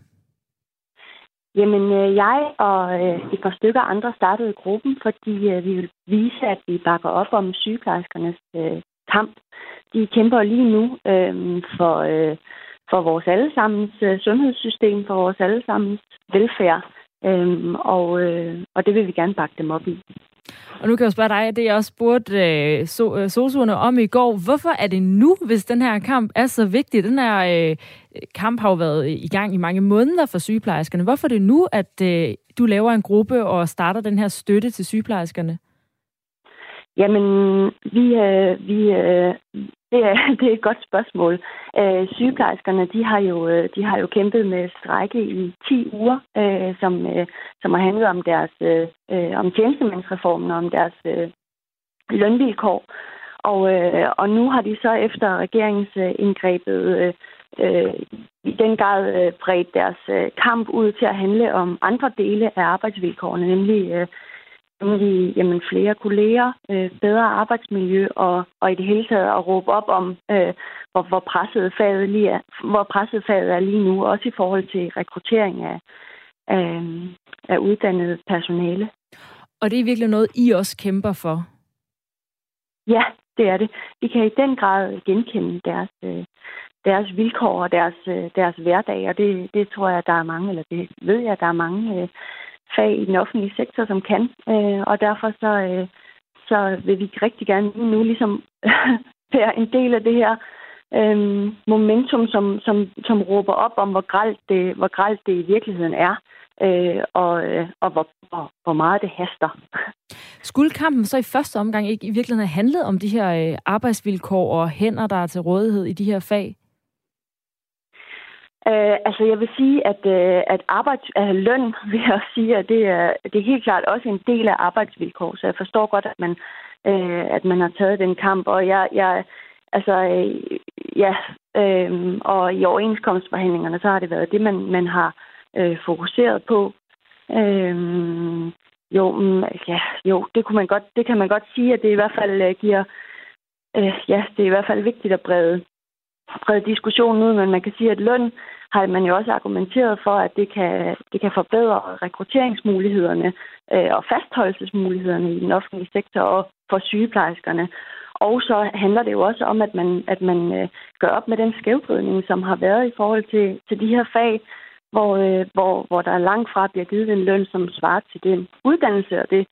Jamen, jeg og et par stykker andre startede gruppen, fordi vi vil vise, at vi bakker op om sygeplejerskernes kamp. De kæmper lige nu for... for vores allesammens øh, sundhedssystem, for vores allesammens velfærd, øhm, og, øh, og det vil vi gerne bakke dem op i. Og nu kan jeg spørge dig, det jeg også spurgte øh, so, sosuerne om i går. Hvorfor er det nu, hvis den her kamp er så vigtig? Den her øh, kamp har jo været i gang i mange måneder for sygeplejerskerne. Hvorfor er det nu, at øh, du laver en gruppe og starter den her støtte til sygeplejerskerne? Jamen, vi, øh, vi øh, det, er, det er et godt spørgsmål. Øh, sygeplejerskerne, de har jo, de har jo kæmpet med strejke i ti uger, øh, som, øh, som har handlet om deres øh, om tjenestemandsreformen og om deres øh, lønvilkår. Og, øh, og nu har de så efter regeringsindgrebet øh, øh, i den grad øh, bredt deres øh, kamp ud til at handle om andre dele af arbejdsvilkårene, nemlig øh, nemlig jamen, flere kolleger, øh, bedre arbejdsmiljø og, og i det hele taget at råbe op om, øh, hvor, hvor, presset faget lige er, hvor presset faget er lige nu, også i forhold til rekruttering af, af, af uddannet personale. Og det er virkelig noget, I også kæmper for? Ja, det er det. Vi kan i den grad genkende deres, øh, deres vilkår og deres, øh, deres hverdag, og det, det tror jeg, der er mange, eller det ved jeg, der er mange... Øh, fag i den offentlige sektor, som kan. Øh, og derfor så, øh, så vil vi rigtig gerne nu ligesom være en del af det her øh, momentum, som, som, som råber op om, hvor grelt det, hvor grelt det i virkeligheden er, øh, og, øh, og hvor, hvor, hvor meget det haster. Skulle kampen så i første omgang ikke i virkeligheden have handlet om de her øh, arbejdsvilkår og hænder, der er til rådighed i de her fag? Uh, altså, jeg vil sige, at, uh, at arbejds, uh, løn, vil jeg sige, at det er, det er helt klart også en del af arbejdsvilkår, så jeg forstår godt, at man, uh, at man har taget den kamp, og jeg, jeg altså, uh, ja, uh, og i overenskomstforhandlingerne, så har det været det, man, man har uh, fokuseret på. Uh, jo, um, ja, jo, det kunne man godt, det kan man godt sige, at det i hvert fald uh, giver, uh, ja, det er i hvert fald vigtigt at brede brede diskussionen ud, men man kan sige, at løn har man jo også argumenteret for, at det kan, det kan forbedre rekrutteringsmulighederne øh, og fastholdelsesmulighederne i den offentlige sektor og for sygeplejerskerne. Og så handler det jo også om, at man, at man øh, gør op med den skævvridning, som har været i forhold til, til de her fag, hvor, øh, hvor, hvor der langt fra bliver givet en løn, som svarer til den uddannelse og det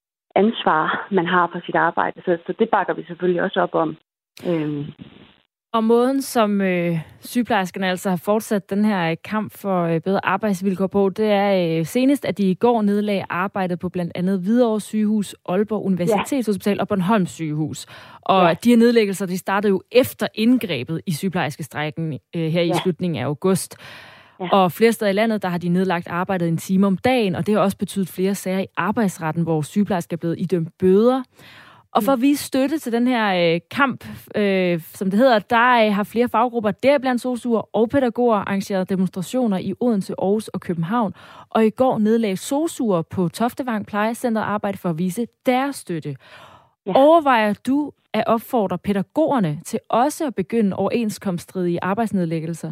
ansvar, man har for sit arbejde. Så, så det bakker vi selvfølgelig også op om. Øh. Og måden, som øh, sygeplejerskerne altså har fortsat den her kamp for øh, bedre arbejdsvilkår på, det er øh, senest, at de i går nedlagde arbejdet på blandt andet Hvidovre Sygehus, Aalborg Universitetshospital ja. og Bornholms Sygehus. Og ja. de her nedlæggelser, de startede jo efter indgrebet i sygeplejerskestrækken øh, her ja. i slutningen af august. Ja. Og flere steder i landet, der har de nedlagt arbejdet en time om dagen, og det har også betydet flere sager i arbejdsretten, hvor sygeplejersker er blevet idømt bøder. Og for at vise støtte til den her øh, kamp, øh, som det hedder, der øh, har flere faggrupper, deriblandt sosuer og pædagoger, arrangeret demonstrationer i Odense, Aarhus og København. Og i går nedlagde sosuer på Toftevang Plejecenter arbejde for at vise deres støtte. Ja. Overvejer du at opfordre pædagogerne til også at begynde overenskomststridige arbejdsnedlæggelser?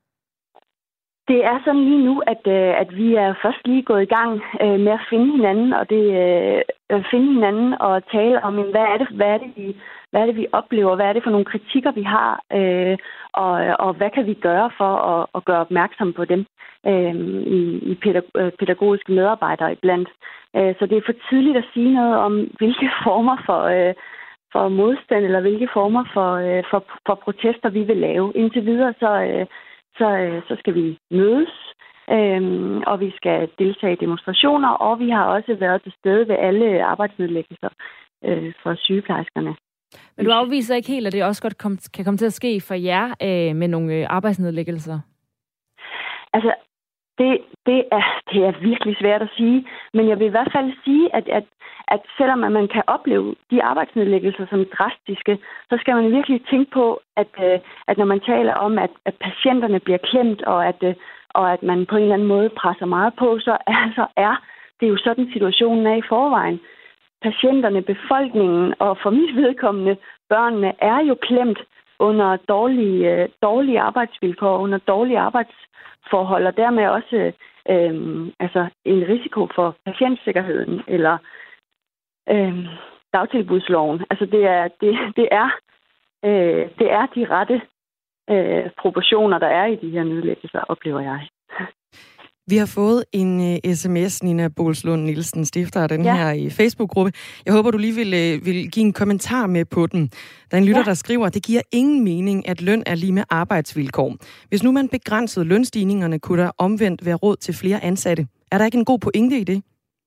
Det er sådan lige nu, at, at vi er først lige gået i gang med at finde hinanden, og det at finde hinanden og tale om, hvad er det, hvad er det, vi, hvad er det, vi oplever, hvad er det for nogle kritikker, vi har, og, og hvad kan vi gøre for at, at gøre opmærksom på dem i, i pædagogiske medarbejdere iblandt. Så det er for tidligt at sige noget om, hvilke former for, for modstand eller hvilke former for, for, for protester vi vil lave. Indtil videre så Så, så skal vi mødes, øhm, og vi skal deltage i demonstrationer, og vi har også været til stede ved alle arbejdsnedlæggelser øh, for sygeplejerskerne. Men du afviser ikke helt, at det også godt kom, kan komme til at ske for jer øh, med nogle øh, arbejdsnedlæggelser? Altså, det, det, er, det er virkelig svært at sige, men jeg vil i hvert fald sige, at, at, at selvom man kan opleve de arbejdsnedlæggelser som drastiske, så skal man virkelig tænke på, at, at når man taler om, at, at patienterne bliver klemt, og at, og at man på en eller anden måde presser meget på, så altså er det jo sådan, situationen er i forvejen. Patienterne, befolkningen og for mit vedkommende børnene er jo klemt under dårlige, dårlige arbejdsvilkår, under dårlige arbejdsforhold, og dermed også øh, altså en risiko for patientsikkerheden eller øh, dagtilbudsloven. Altså det er, det, det er, øh, det er de rette øh, proportioner, der er i de her nedlæggelser, oplever jeg. Vi har fået en uh, sms, Nina Bolslund Nielsen, stifter af den ja. her i Facebook-gruppe. Jeg håber, du lige vil, uh, vil give en kommentar med på den. Der er en lytter, ja. der skriver, det giver ingen mening, at løn er lige med arbejdsvilkår. Hvis nu man begrænsede lønstigningerne, kunne der omvendt være råd til flere ansatte. Er der ikke en god pointe i det?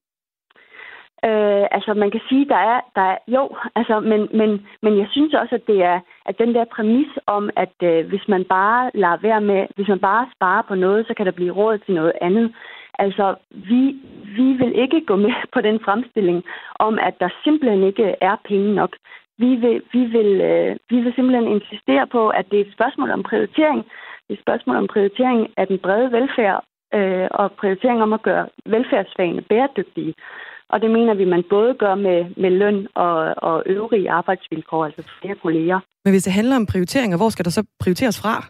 Øh, altså man kan sige, der er, der er jo, altså, men, men, men jeg synes også, at det er, at den der præmis om, at øh, hvis man bare lader være med, hvis man bare sparer på noget, så kan der blive råd til noget andet. Altså vi, vi vil ikke gå med på den fremstilling om, at der simpelthen ikke er penge nok. Vi vil, vi vil, øh, vi vil simpelthen insistere på, at det er et spørgsmål om prioritering. Det er et spørgsmål om prioritering af den brede velfærd øh, og prioritering om at gøre velfærdsfagene bæredygtige. Og det mener vi, man både gør med, med løn og, og øvrige arbejdsvilkår, altså flere kolleger. Men hvis det handler om prioriteringer, hvor skal der så prioriteres fra?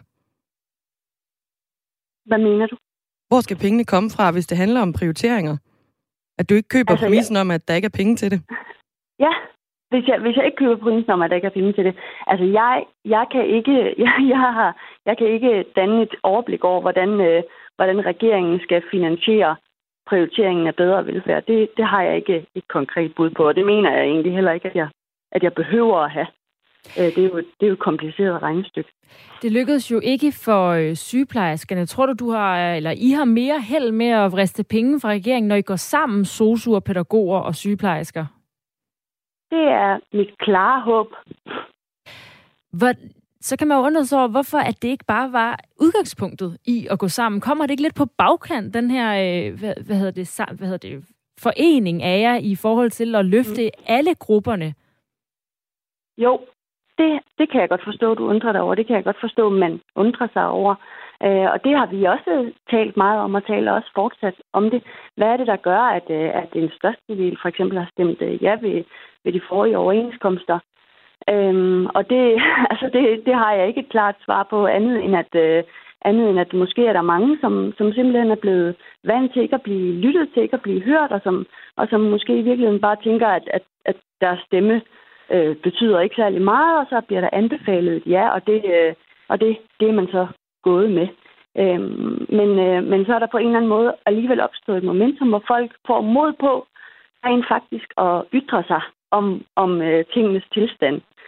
Hvad mener du? Hvor skal pengene komme fra, hvis det handler om prioriteringer? At du ikke køber altså, præmissen ja. om, at der ikke er penge til det? Ja, hvis jeg, hvis jeg ikke køber præmissen om, at der ikke er penge til det. Altså, jeg, jeg, kan, ikke, jeg, jeg, har, jeg kan ikke danne et overblik over, hvordan, øh, hvordan regeringen skal finansiere prioriteringen af bedre velfærd. Det, det har jeg ikke et konkret bud på, og det mener jeg egentlig heller ikke, at jeg, at jeg behøver at have. Det er, jo, det er jo et kompliceret regnestykke. Det lykkedes jo ikke for sygeplejerskerne. Tror du, du har, eller I har mere held med at vriste penge fra regeringen, når I går sammen, sosuer, pædagoger og sygeplejersker? Det er mit klare håb. Hvor, så kan man jo undre sig over, hvorfor at det ikke bare var udgangspunktet i at gå sammen. Kommer det ikke lidt på bagkant, den her hvad, hvad hedder det, hvad hedder det, forening af jer i forhold til at løfte mm. alle grupperne? Jo, det, det kan jeg godt forstå, du undrer dig over. Det kan jeg godt forstå, man undrer sig over. Øh, og det har vi også talt meget om, og taler også fortsat om det. Hvad er det, der gør, at, at den største del for eksempel har stemt ja ved, ved de forrige overenskomster? Øhm, og det, altså det, det har jeg ikke et klart svar på, andet end at, øh, andet end at måske er der mange, som, som simpelthen er blevet vant til ikke at blive lyttet til, ikke at blive hørt, og som, og som måske i virkeligheden bare tænker, at, at, at deres stemme øh, betyder ikke særlig meget, og så bliver der anbefalet et ja, og det, øh, og det, det er man så gået med. Øhm, men, øh, men så er der på en eller anden måde alligevel opstået et momentum, hvor folk får mod på rent faktisk at ytre sig om, om øh, tingenes tilstand.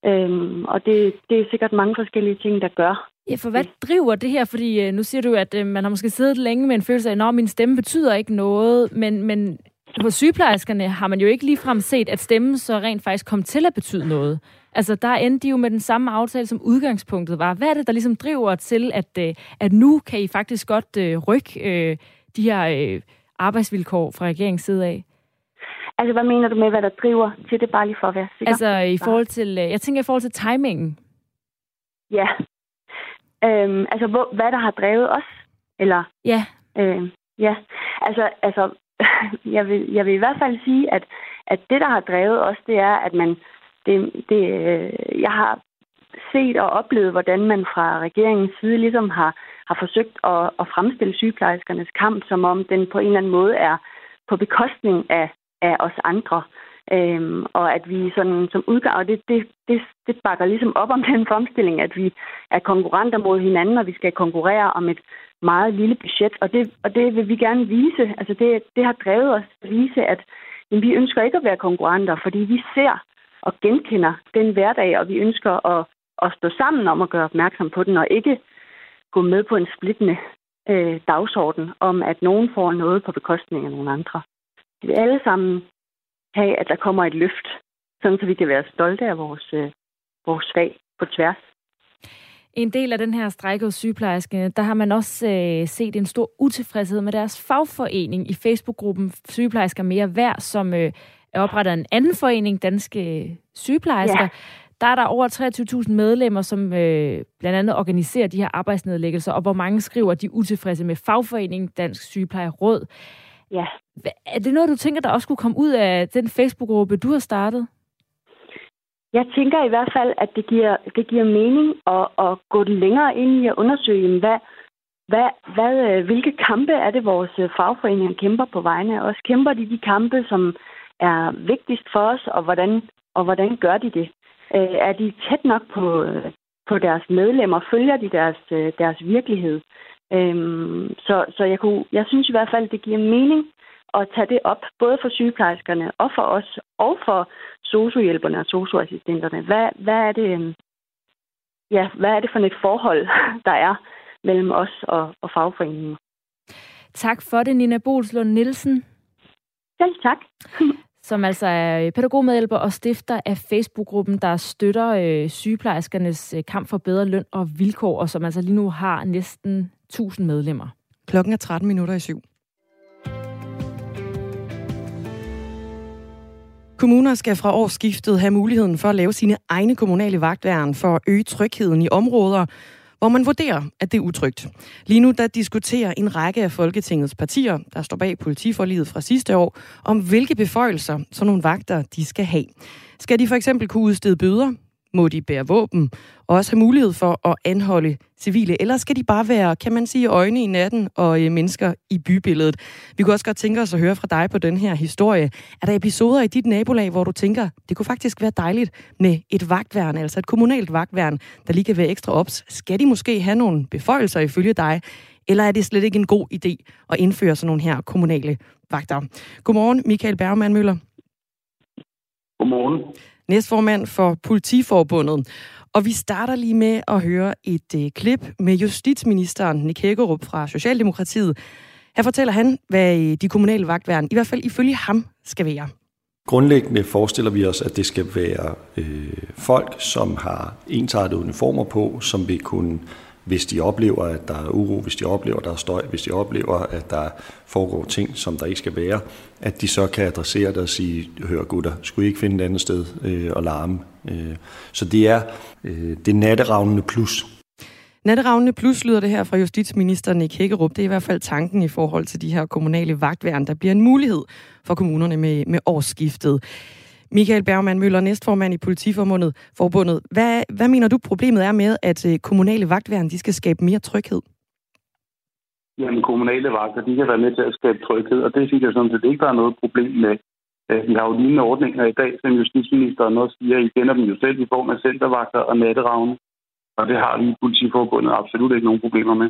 Øhm, og det, det er sikkert mange forskellige ting, der gør. Ja, for hvad driver det her? Fordi nu siger du, at man har måske siddet længe med en følelse af, at min stemme betyder ikke noget, men, men hos sygeplejerskerne har man jo ikke ligefrem set, at stemmen så rent faktisk kom til at betyde noget. Altså, der endte de jo med den samme aftale, som udgangspunktet var. Hvad er det, der ligesom driver til, at, at nu kan I faktisk godt øh, rykke øh, de her øh, arbejdsvilkår fra regeringens side af? Altså, hvad mener du med, hvad der driver til det, bare lige for at være sikker? Altså, i forhold til, jeg tænker i forhold til timingen. Ja. Øhm, altså, hvor, hvad der har drevet os? Eller? Ja. Øhm, ja. Altså, altså jeg, vil, jeg vil i hvert fald sige, at, at det, der har drevet os, det er, at man Det, det, jeg har set og oplevet, hvordan man fra regeringens side ligesom har, har forsøgt at, at fremstille sygeplejerskernes kamp, som om den på en eller anden måde er på bekostning af, af os andre. Øhm, og at vi sådan som udgang, og det, det, det, det bakker ligesom op om den fremstilling, at vi er konkurrenter mod hinanden, og vi skal konkurrere om et meget lille budget. Og det, og det vil vi gerne vise. Altså det, det har drevet os at vise, at jamen, vi ønsker ikke at være konkurrenter, fordi vi ser og genkender den hverdag, og vi ønsker at, at stå sammen om at gøre opmærksom på den, og ikke gå med på en splittende øh, dagsorden om, at nogen får noget på bekostning af nogle andre. Vi vil alle sammen have, at der kommer et løft, sådan så vi kan være stolte af vores, øh, vores fag på tværs. En del af den her strejke hos sygeplejerskerne, der har man også øh, set en stor utilfredshed med deres fagforening i Facebook-gruppen Sygeplejersker Mere Værd, som øh, er oprettet en anden forening, Danske Sygeplejersker. Ja. Der er der over treogtyve tusind medlemmer, som øh, blandt andet organiserer de her arbejdsnedlæggelser, og hvor mange skriver, de er utilfredse med fagforeningen Dansk Sygeplejeråd. Ja. Er det noget, du tænker, der også kunne komme ud af den Facebook-gruppe, du har startet? Jeg tænker i hvert fald, at det giver, det giver mening at, at gå længere ind i at undersøge, hvad, hvad, hvad, hvilke kampe er det, vores fagforeninger kæmper på vegne af os. Kæmper de de kampe, som er vigtigst for os, og hvordan, og hvordan gør de det? Er de tæt nok på, på deres medlemmer? Følger de deres, deres virkelighed? Så, så jeg, kunne, jeg synes i hvert fald, det giver mening at tage det op, både for sygeplejerskerne og for os, og for sosu-hjælperne og sosu-assistenterne. Hvad, hvad, er det, ja, hvad er det for et forhold, der er mellem os og, og fagforeningen? Tak for det, Nina Bolslund Nielsen. Selv tak. Som altså er pædagogmedhjælper og stifter af Facebook-gruppen, der støtter øh, sygeplejerskernes øh, kamp for bedre løn og vilkår, og som altså lige nu har næsten tusind medlemmer. Klokken er tretten minutter i syv. Kommuner skal fra årsskiftet have muligheden for at lave sine egne kommunale vagtværn for at øge trygheden i områder, hvor man vurderer, at det er utrygt. Lige nu der diskuterer en række af Folketingets partier, der står bag politiforliget fra sidste år, om hvilke beføjelser sådan nogle vagter de skal have. Skal de for eksempel kunne udstede bøder? Må de bære våben og også have mulighed for at anholde civile? Eller skal de bare være, kan man sige, øjne i natten og øh, mennesker i bybilledet? Vi kunne også godt tænke os at høre fra dig på den her historie. Er der episoder i dit nabolag, hvor du tænker, det kunne faktisk være dejligt med et vagtværn, altså et kommunalt vagtværn, der lige kan være ekstra ops? Skal de måske have nogle beføjelser ifølge dig? Eller er det slet ikke en god idé at indføre sådan nogle her kommunale vagter? Godmorgen, Michael Bergmann Møller. Godmorgen. Næstformand for Politiforbundet. Og vi starter lige med at høre et øh, klip med justitsministeren Nick Hækkerup fra Socialdemokratiet. Her fortæller han, hvad øh, de kommunale vagtværn, i hvert fald ifølge ham, skal være. Grundlæggende forestiller vi os, at det skal være øh, folk, som har ensartede uniformer på, som vil kunne, hvis de oplever, at der er uro, hvis de oplever, at der er støj, hvis de oplever, at der foregår ting, som der ikke skal være, at de så kan adressere det og sige, hør gutter, skulle I ikke finde et andet sted øh, og larme? Øh, så det er øh, det natteravnende plus. Natteravnende plus lyder det her fra justitsminister Nick Hækkerup. Det er i hvert fald tanken i forhold til de her kommunale vagtværn, der bliver en mulighed for kommunerne med, med årsskiftet. Michael Bergmann Møller, næstformand i Politiforbundet. Forbundet. Hvad, hvad mener du, problemet er med, at kommunale vagtværn de skal skabe mere tryghed? Jamen, kommunale vagter, de kan være med til at skabe tryghed, og det synes jeg sådan set ikke, der er noget problem med. Vi har jo lignende ordninger i dag, som justitsministeren også siger, I kender dem jo selv i form af centervagter og natteravne, og det har vi i Politiforbundet absolut ikke nogen problemer med.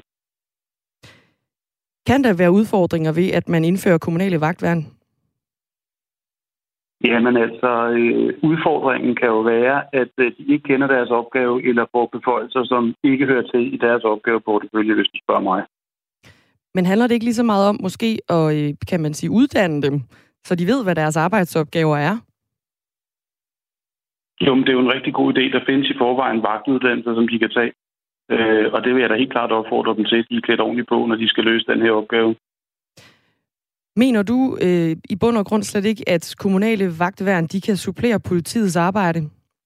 Kan der være udfordringer ved, at man indfører kommunale vagtværn? Jamen altså, øh, udfordringen kan jo være, at øh, de ikke kender deres opgave, eller får beføjelser, som ikke hører til i deres opgaveportefølje, hvis du spørger mig. Men handler det ikke lige så meget om måske at, øh, kan man sige, uddanne dem, så de ved, hvad deres arbejdsopgaver er? Jo, men det er jo en rigtig god idé. Der findes i forvejen vagtuddannelser, som de kan tage. Øh, og det vil jeg da helt klart opfordre dem til, de er klædt ordentligt på, når de skal løse den her opgave. Mener du øh, i bund og grund slet ikke, at kommunale vagtværn, de kan supplere politiets arbejde?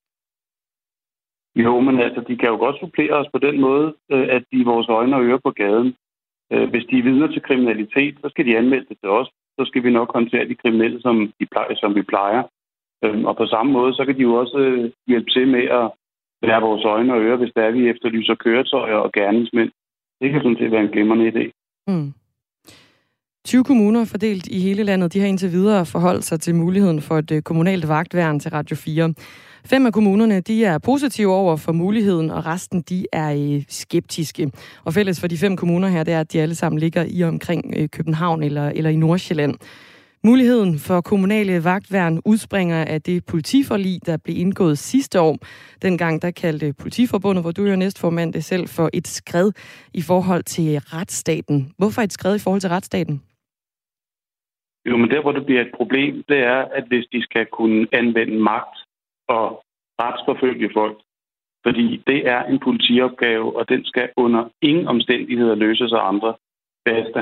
Jo, men altså, de kan jo godt supplere os på den måde, øh, at de er vores øjne og ører på gaden. Øh, hvis de er vidner til kriminalitet, så skal de anmelde det til os. Så skal vi nok håndtere de kriminelle, som, de plejer, som vi plejer. Øh, og på samme måde, så kan de jo også øh, hjælpe til med at være vores øjne og ører, hvis der er, vi efterlyser køretøjer og gerningsmænd. Det kan sådan set være en glimrende idé. Mm. tyve kommuner fordelt i hele landet, de har indtil videre forholdt sig til muligheden for et kommunalt vagtværn til Radio fire. Fem af kommunerne, de er positive over for muligheden, og resten, de er skeptiske. Og fælles for de fem kommuner her, det er, at de alle sammen ligger i omkring København eller, eller i Nordsjælland. Muligheden for kommunale vagtværn udspringer af det politiforlig, der blev indgået sidste år. Dengang der kaldte Politiforbundet, hvor du er næstformand, det selv for et skred i forhold til retsstaten. Hvorfor et skred i forhold til retsstaten? Jo, men der, hvor det bliver et problem, det er, at hvis de skal kunne anvende magt og retsforfølge folk, fordi det er en politiopgave, og den skal under ingen omstændigheder løses af andre. Basta.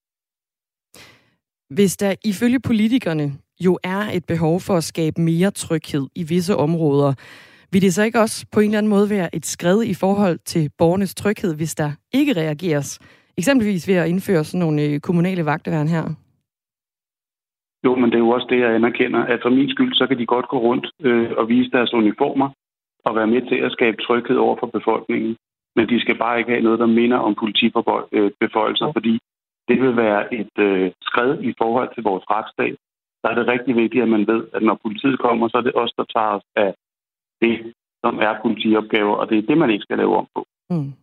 Hvis der ifølge politikerne jo er et behov for at skabe mere tryghed i visse områder, vil det så ikke også på en eller anden måde være et skred i forhold til borgernes tryghed, hvis der ikke reageres? Eksempelvis ved at indføre sådan nogle kommunale vagtværn her. Jo, men det er jo også det, jeg anerkender, at for min skyld, så kan de godt gå rundt øh, og vise deres uniformer og være med til at skabe tryghed over for befolkningen. Men de skal bare ikke have noget, der minder om politibeføjelser, øh, fordi det vil være et øh, skred i forhold til vores retsstat. Der er det rigtig vigtigt, at man ved, at når politiet kommer, så er det os, der tager os af det, som er politiopgaver, og det er det, man ikke skal lave om på. Mm.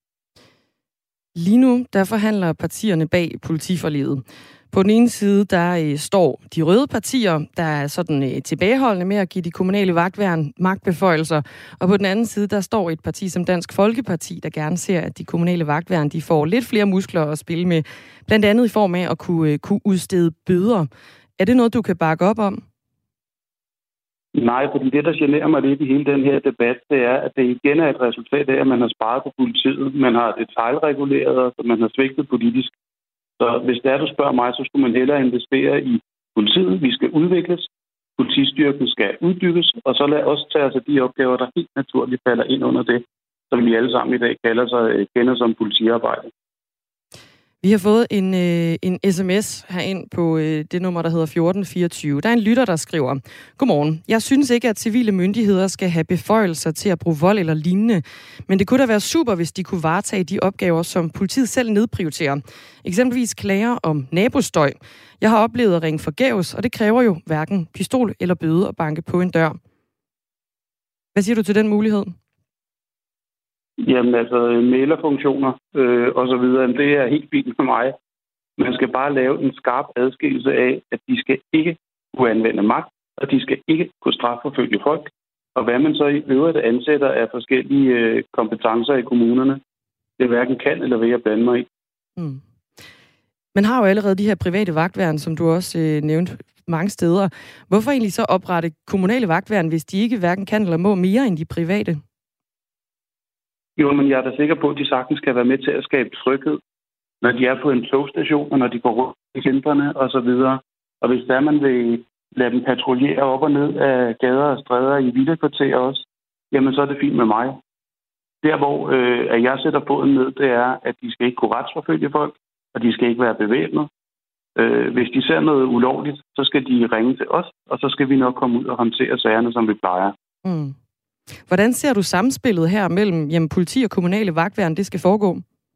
Lige nu, der forhandler partierne bag politiforliget. På den ene side, der øh, står de røde partier, der er sådan øh, tilbageholdende med at give de kommunale vagtværn magtbeføjelser. Og på den anden side, der står et parti som Dansk Folkeparti, der gerne ser, at de kommunale vagtværn, de får lidt flere muskler at spille med. Blandt andet i form af at kunne, øh, kunne udstede bøder. Er det noget, du kan bakke op om? Nej, fordi det, der generer mig lidt i hele den her debat, det er, at det igen er et resultat af, at man har sparet på politiet. Man har detailreguleret, og man har svigtet politisk. Så hvis det er, du spørger mig, så skulle man hellere investere i politiet. Vi skal udvikles, politistyrken skal udbygges, og så lad os tage os af de opgaver, der helt naturligt falder ind under det, som vi alle sammen i dag kalder sig, kender som politiarbejde. Vi har fået en, øh, en sms herind på øh, det nummer, der hedder fjorten fireogtyve. Der er en lytter, der skriver: Godmorgen. Jeg synes ikke, at civile myndigheder skal have beføjelser til at bruge vold eller lignende. Men det kunne da være super, hvis de kunne varetage de opgaver, som politiet selv nedprioriterer. Eksempelvis klager om nabostøj. Jeg har oplevet at ringe forgæves, og det kræver jo hverken pistol eller bøde at banke på en dør. Hvad siger du til den mulighed? Jamen altså, mailerfunktioner øh, og så videre, det er helt fint for mig. Man skal bare lave en skarp adskillelse af, at de skal ikke kunne anvende magt, og de skal ikke kunne strafforfølge folk. Og hvad man så i øvrigt ansætter af forskellige øh, kompetencer i kommunerne, det hverken kan eller vil jeg blande mig i. Mm. Man har jo allerede de her private vagtværn, som du også øh, nævnte mange steder. Hvorfor egentlig så oprette kommunale vagtværn, hvis de ikke hverken kan eller må mere end de private? Jo, men jeg er da sikker på, at de sagtens skal være med til at skabe tryghed, når de er på en togstation, og når de går rundt i centrene og så videre. Og hvis der man vil lade dem patruljere op og ned af gader og stræder i villakvarterer også, jamen så er det fint med mig. Der, hvor øh, at jeg sætter foden ned, det er, at de skal ikke kunne retsforfølge folk, og de skal ikke være bevæbnet. Øh, hvis de ser noget ulovligt, så skal de ringe til os, og så skal vi nok komme ud og håndtere sagerne, som vi plejer. Mm. Hvordan ser du samspillet her mellem jamen, politi og kommunale vagtværn, det skal foregå?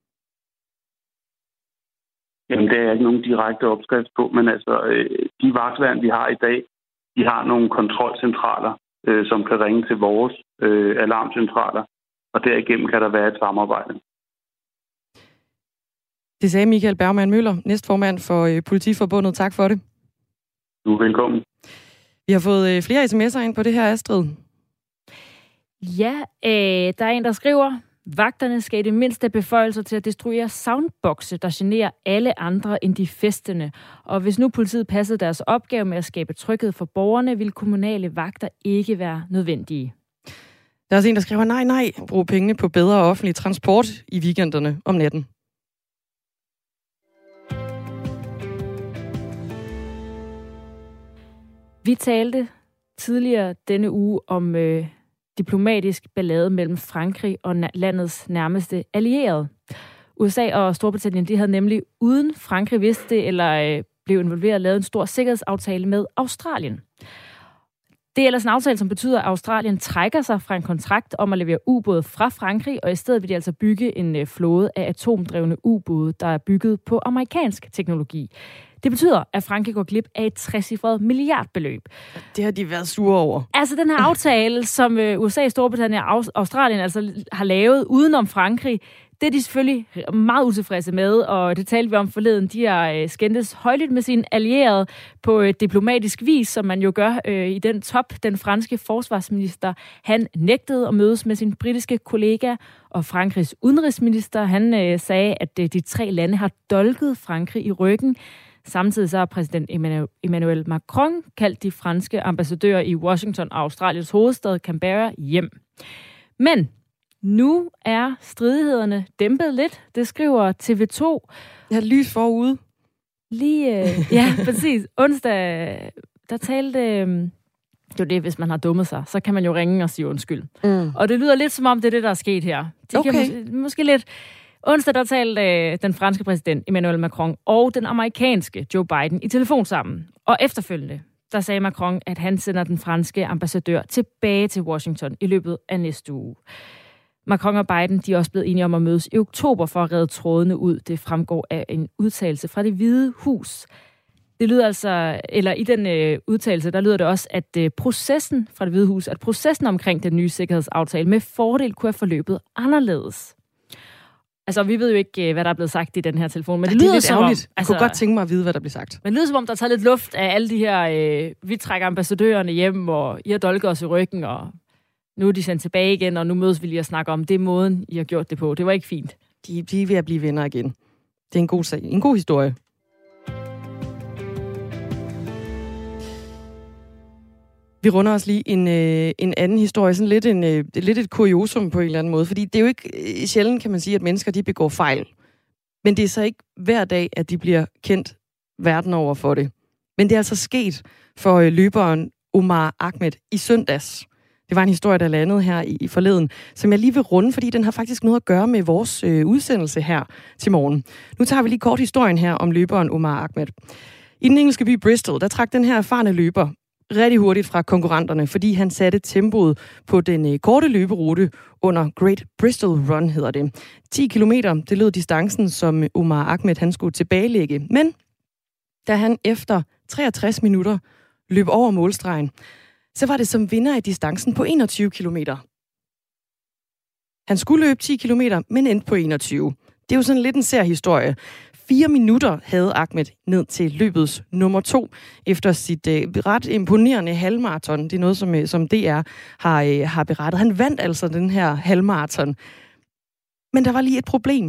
Jamen, det er ikke nogen direkte opskrift på, men altså, de vagtværn, vi har i dag, de har nogle kontrolcentraler, øh, som kan ringe til vores øh, alarmcentraler, og derigennem kan der være et samarbejde. Det sagde Michael Bergmann Møller, næstformand for øh, Politiforbundet. Tak for det. Du er velkommen. Vi har fået flere sms'er ind på det her, Astrid. Ja, øh, der er en, der skriver, vagterne skal i det mindste beføjelser til at destruere soundboxe, der generer alle andre end de festende. Og hvis nu politiet passede deres opgave med at skabe tryghed for borgerne, vil kommunale vagter ikke være nødvendige. Der er også en, der skriver, nej, nej, brug pengene på bedre offentlig transport i weekenderne om natten. Vi talte tidligere denne uge om øh, diplomatisk ballade mellem Frankrig og na- landets nærmeste allierede. U S A og Storbritannien, de havde nemlig uden Frankrig vidste det, eller øh, blev involveret, lavet en stor sikkerhedsaftale med Australien. Det er ellers en aftale, som betyder, at Australien trækker sig fra en kontrakt om at levere ubåde fra Frankrig, og i stedet vil de altså bygge en øh, flåde af atomdrevne ubåde, der er bygget på amerikansk teknologi. Det betyder, at Frankrig går glip af et trecifret milliardbeløb. Det har de været sure over. Altså den her aftale, som U S A, Storbritannien og Australien altså har lavet udenom Frankrig, det er de selvfølgelig meget utilfredse med, og det talte vi om forleden. De har skændtes højlydt med sine allierede på et diplomatisk vis, som man jo gør øh, i den top. Den franske forsvarsminister, han nægtede at mødes med sin britiske kollega, og Frankrigs udenrigsminister, han øh, sagde, at de tre lande har dolket Frankrig i ryggen. Samtidig så har præsident Emmanuel Macron kaldt de franske ambassadører i Washington og Australiens hovedstad Canberra hjem. Men nu er stridighederne dæmpet lidt. Det skriver T V to. Jeg har lys forude. Lige, øh, ja, præcis. Onsdag, der talte... Øh, det er jo det, hvis man har dummet sig, så kan man jo ringe og sige undskyld. Mm. Og det lyder lidt som om, det er det, der er sket her. De okay. kan mås- måske lidt... Onsdag der talte øh, den franske præsident Emmanuel Macron og den amerikanske Joe Biden i telefon sammen. Og efterfølgende, der sagde Macron, at han sender den franske ambassadør tilbage til Washington i løbet af næste uge. Macron og Biden, de er også blevet enige om at mødes i oktober for at redde trådene ud. Det fremgår af en udtalelse fra Det Hvide Hus. Det lyder altså, eller i den øh, udtalelse, der lyder det også, at øh, processen fra Det Hvide Hus, at processen omkring den nye sikkerhedsaftale med fordel kunne have forløbet anderledes. Altså, vi ved jo ikke, hvad der er blevet sagt i den her telefon, men ja, det, det lyder som om... Jeg altså, kunne godt tænke mig at vide, hvad der bliver sagt. Men det lyder som om, der er taget lidt luft af alle de her... Øh, vi trækker ambassadørerne hjem, og I har dolket os i ryggen, og nu er de sendt tilbage igen, og nu mødes vi lige at snakke om, det er måden, I har gjort det på. Det var ikke fint. De, de er ved at blive venner igen. Det er en god sag. En god historie. Vi runder os lige en, øh, en anden historie, sådan lidt, en, øh, lidt et kuriosum på en eller anden måde, fordi det er jo ikke øh, sjældent, kan man sige, at mennesker de begår fejl. Men det er så ikke hver dag, at de bliver kendt verden over for det. Men det er altså sket for øh, løberen Omar Ahmed i søndags. Det var en historie, der landede her i, i forleden, som jeg lige vil runde, fordi den har faktisk noget at gøre med vores øh, udsendelse her til morgen. Nu tager vi lige kort historien her om løberen Omar Ahmed. I den engelske by Bristol, der trak den her erfarne løber rigtig hurtigt fra konkurrenterne, fordi han satte tempoet på den øh, korte løberute under Great Bristol Run, hedder det. ti kilometer, det lød distancen, som Omar Ahmed han skulle tilbagelægge. Men da han efter treogtres minutter løb over målstregen, så var det som vinder af distancen på enogtyve kilometer. Han skulle løbe ti kilometer, men endte på enogtyve. Det er jo sådan lidt en sær historie. Fire minutter havde Ahmed ned til løbets nummer to, efter sit øh, ret imponerende halvmarathon. Det er noget, som, øh, som D R har, øh, har berettet. Han vandt altså den her halvmarathon. Men der var lige et problem.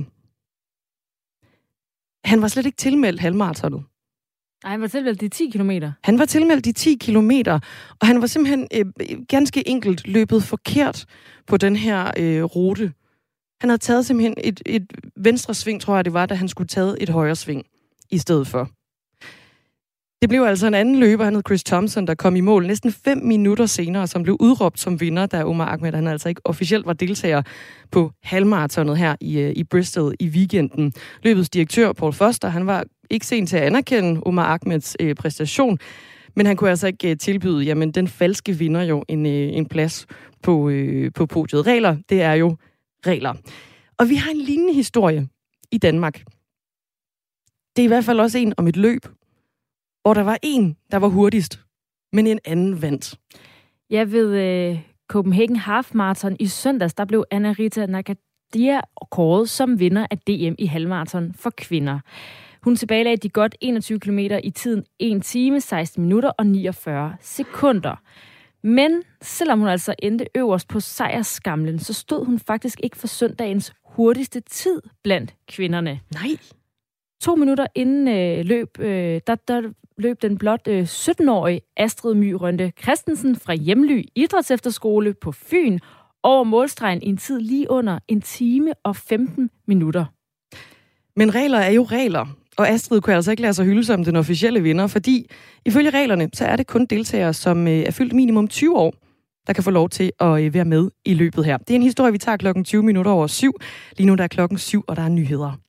Han var slet ikke tilmeldt halvmaratonet. Nej, han var tilmeldt de ti kilometer. Han var tilmeldt de ti kilometer, og han var simpelthen øh, ganske enkelt løbet forkert på den her øh, rute. Han havde taget simpelthen et, et venstre sving, tror jeg det var, da han skulle tage et højre sving i stedet for. Det blev altså en anden løber, han hed Chris Thompson, der kom i mål næsten fem minutter senere, som blev udråbt som vinder, da Omar Ahmed han altså ikke officielt var deltager på halvmaratonet her i, i Bristol i weekenden. Løbets direktør, Paul Foster, han var ikke sen til at anerkende Omar Ahmeds øh, præstation, men han kunne altså ikke øh, tilbyde jamen, den falske vinder jo en, øh, en plads på, øh, på podiet. Regler, det er jo regler. Og vi har en lignende historie i Danmark. Det er i hvert fald også en om et løb, hvor der var en, der var hurtigst, men en anden vandt. Ja, ved øh, Copenhagen Half Marathon i søndags, der blev Anna Rita Nagadia kåret som vinder af D M i halvmarathon for kvinder. Hun tilbagelagde de godt enogtyve kilometer i tiden en time, seksten minutter og niogfyrre sekunder. Men selvom hun altså endte øverst på sejrsskamlen, så stod hun faktisk ikke for søndagens hurtigste tid blandt kvinderne. Nej. To minutter inden øh, løb, øh, der, der løb den blot øh, sytten-årige Astrid My Rønde Christensen fra Hjemly Idrætsefterskole på Fyn over målstregen i en tid lige under en time og femten minutter. Men regler er jo regler, og Astrid kunne altså ikke lade sig hylde som den officielle vinder, fordi ifølge reglerne, så er det kun deltagere, som er fyldt minimum tyve år, der kan få lov til at være med i løbet her. Det er en historie, vi tager klokken tyve minutter over syv. Lige nu der er klokken syv, og der er nyheder.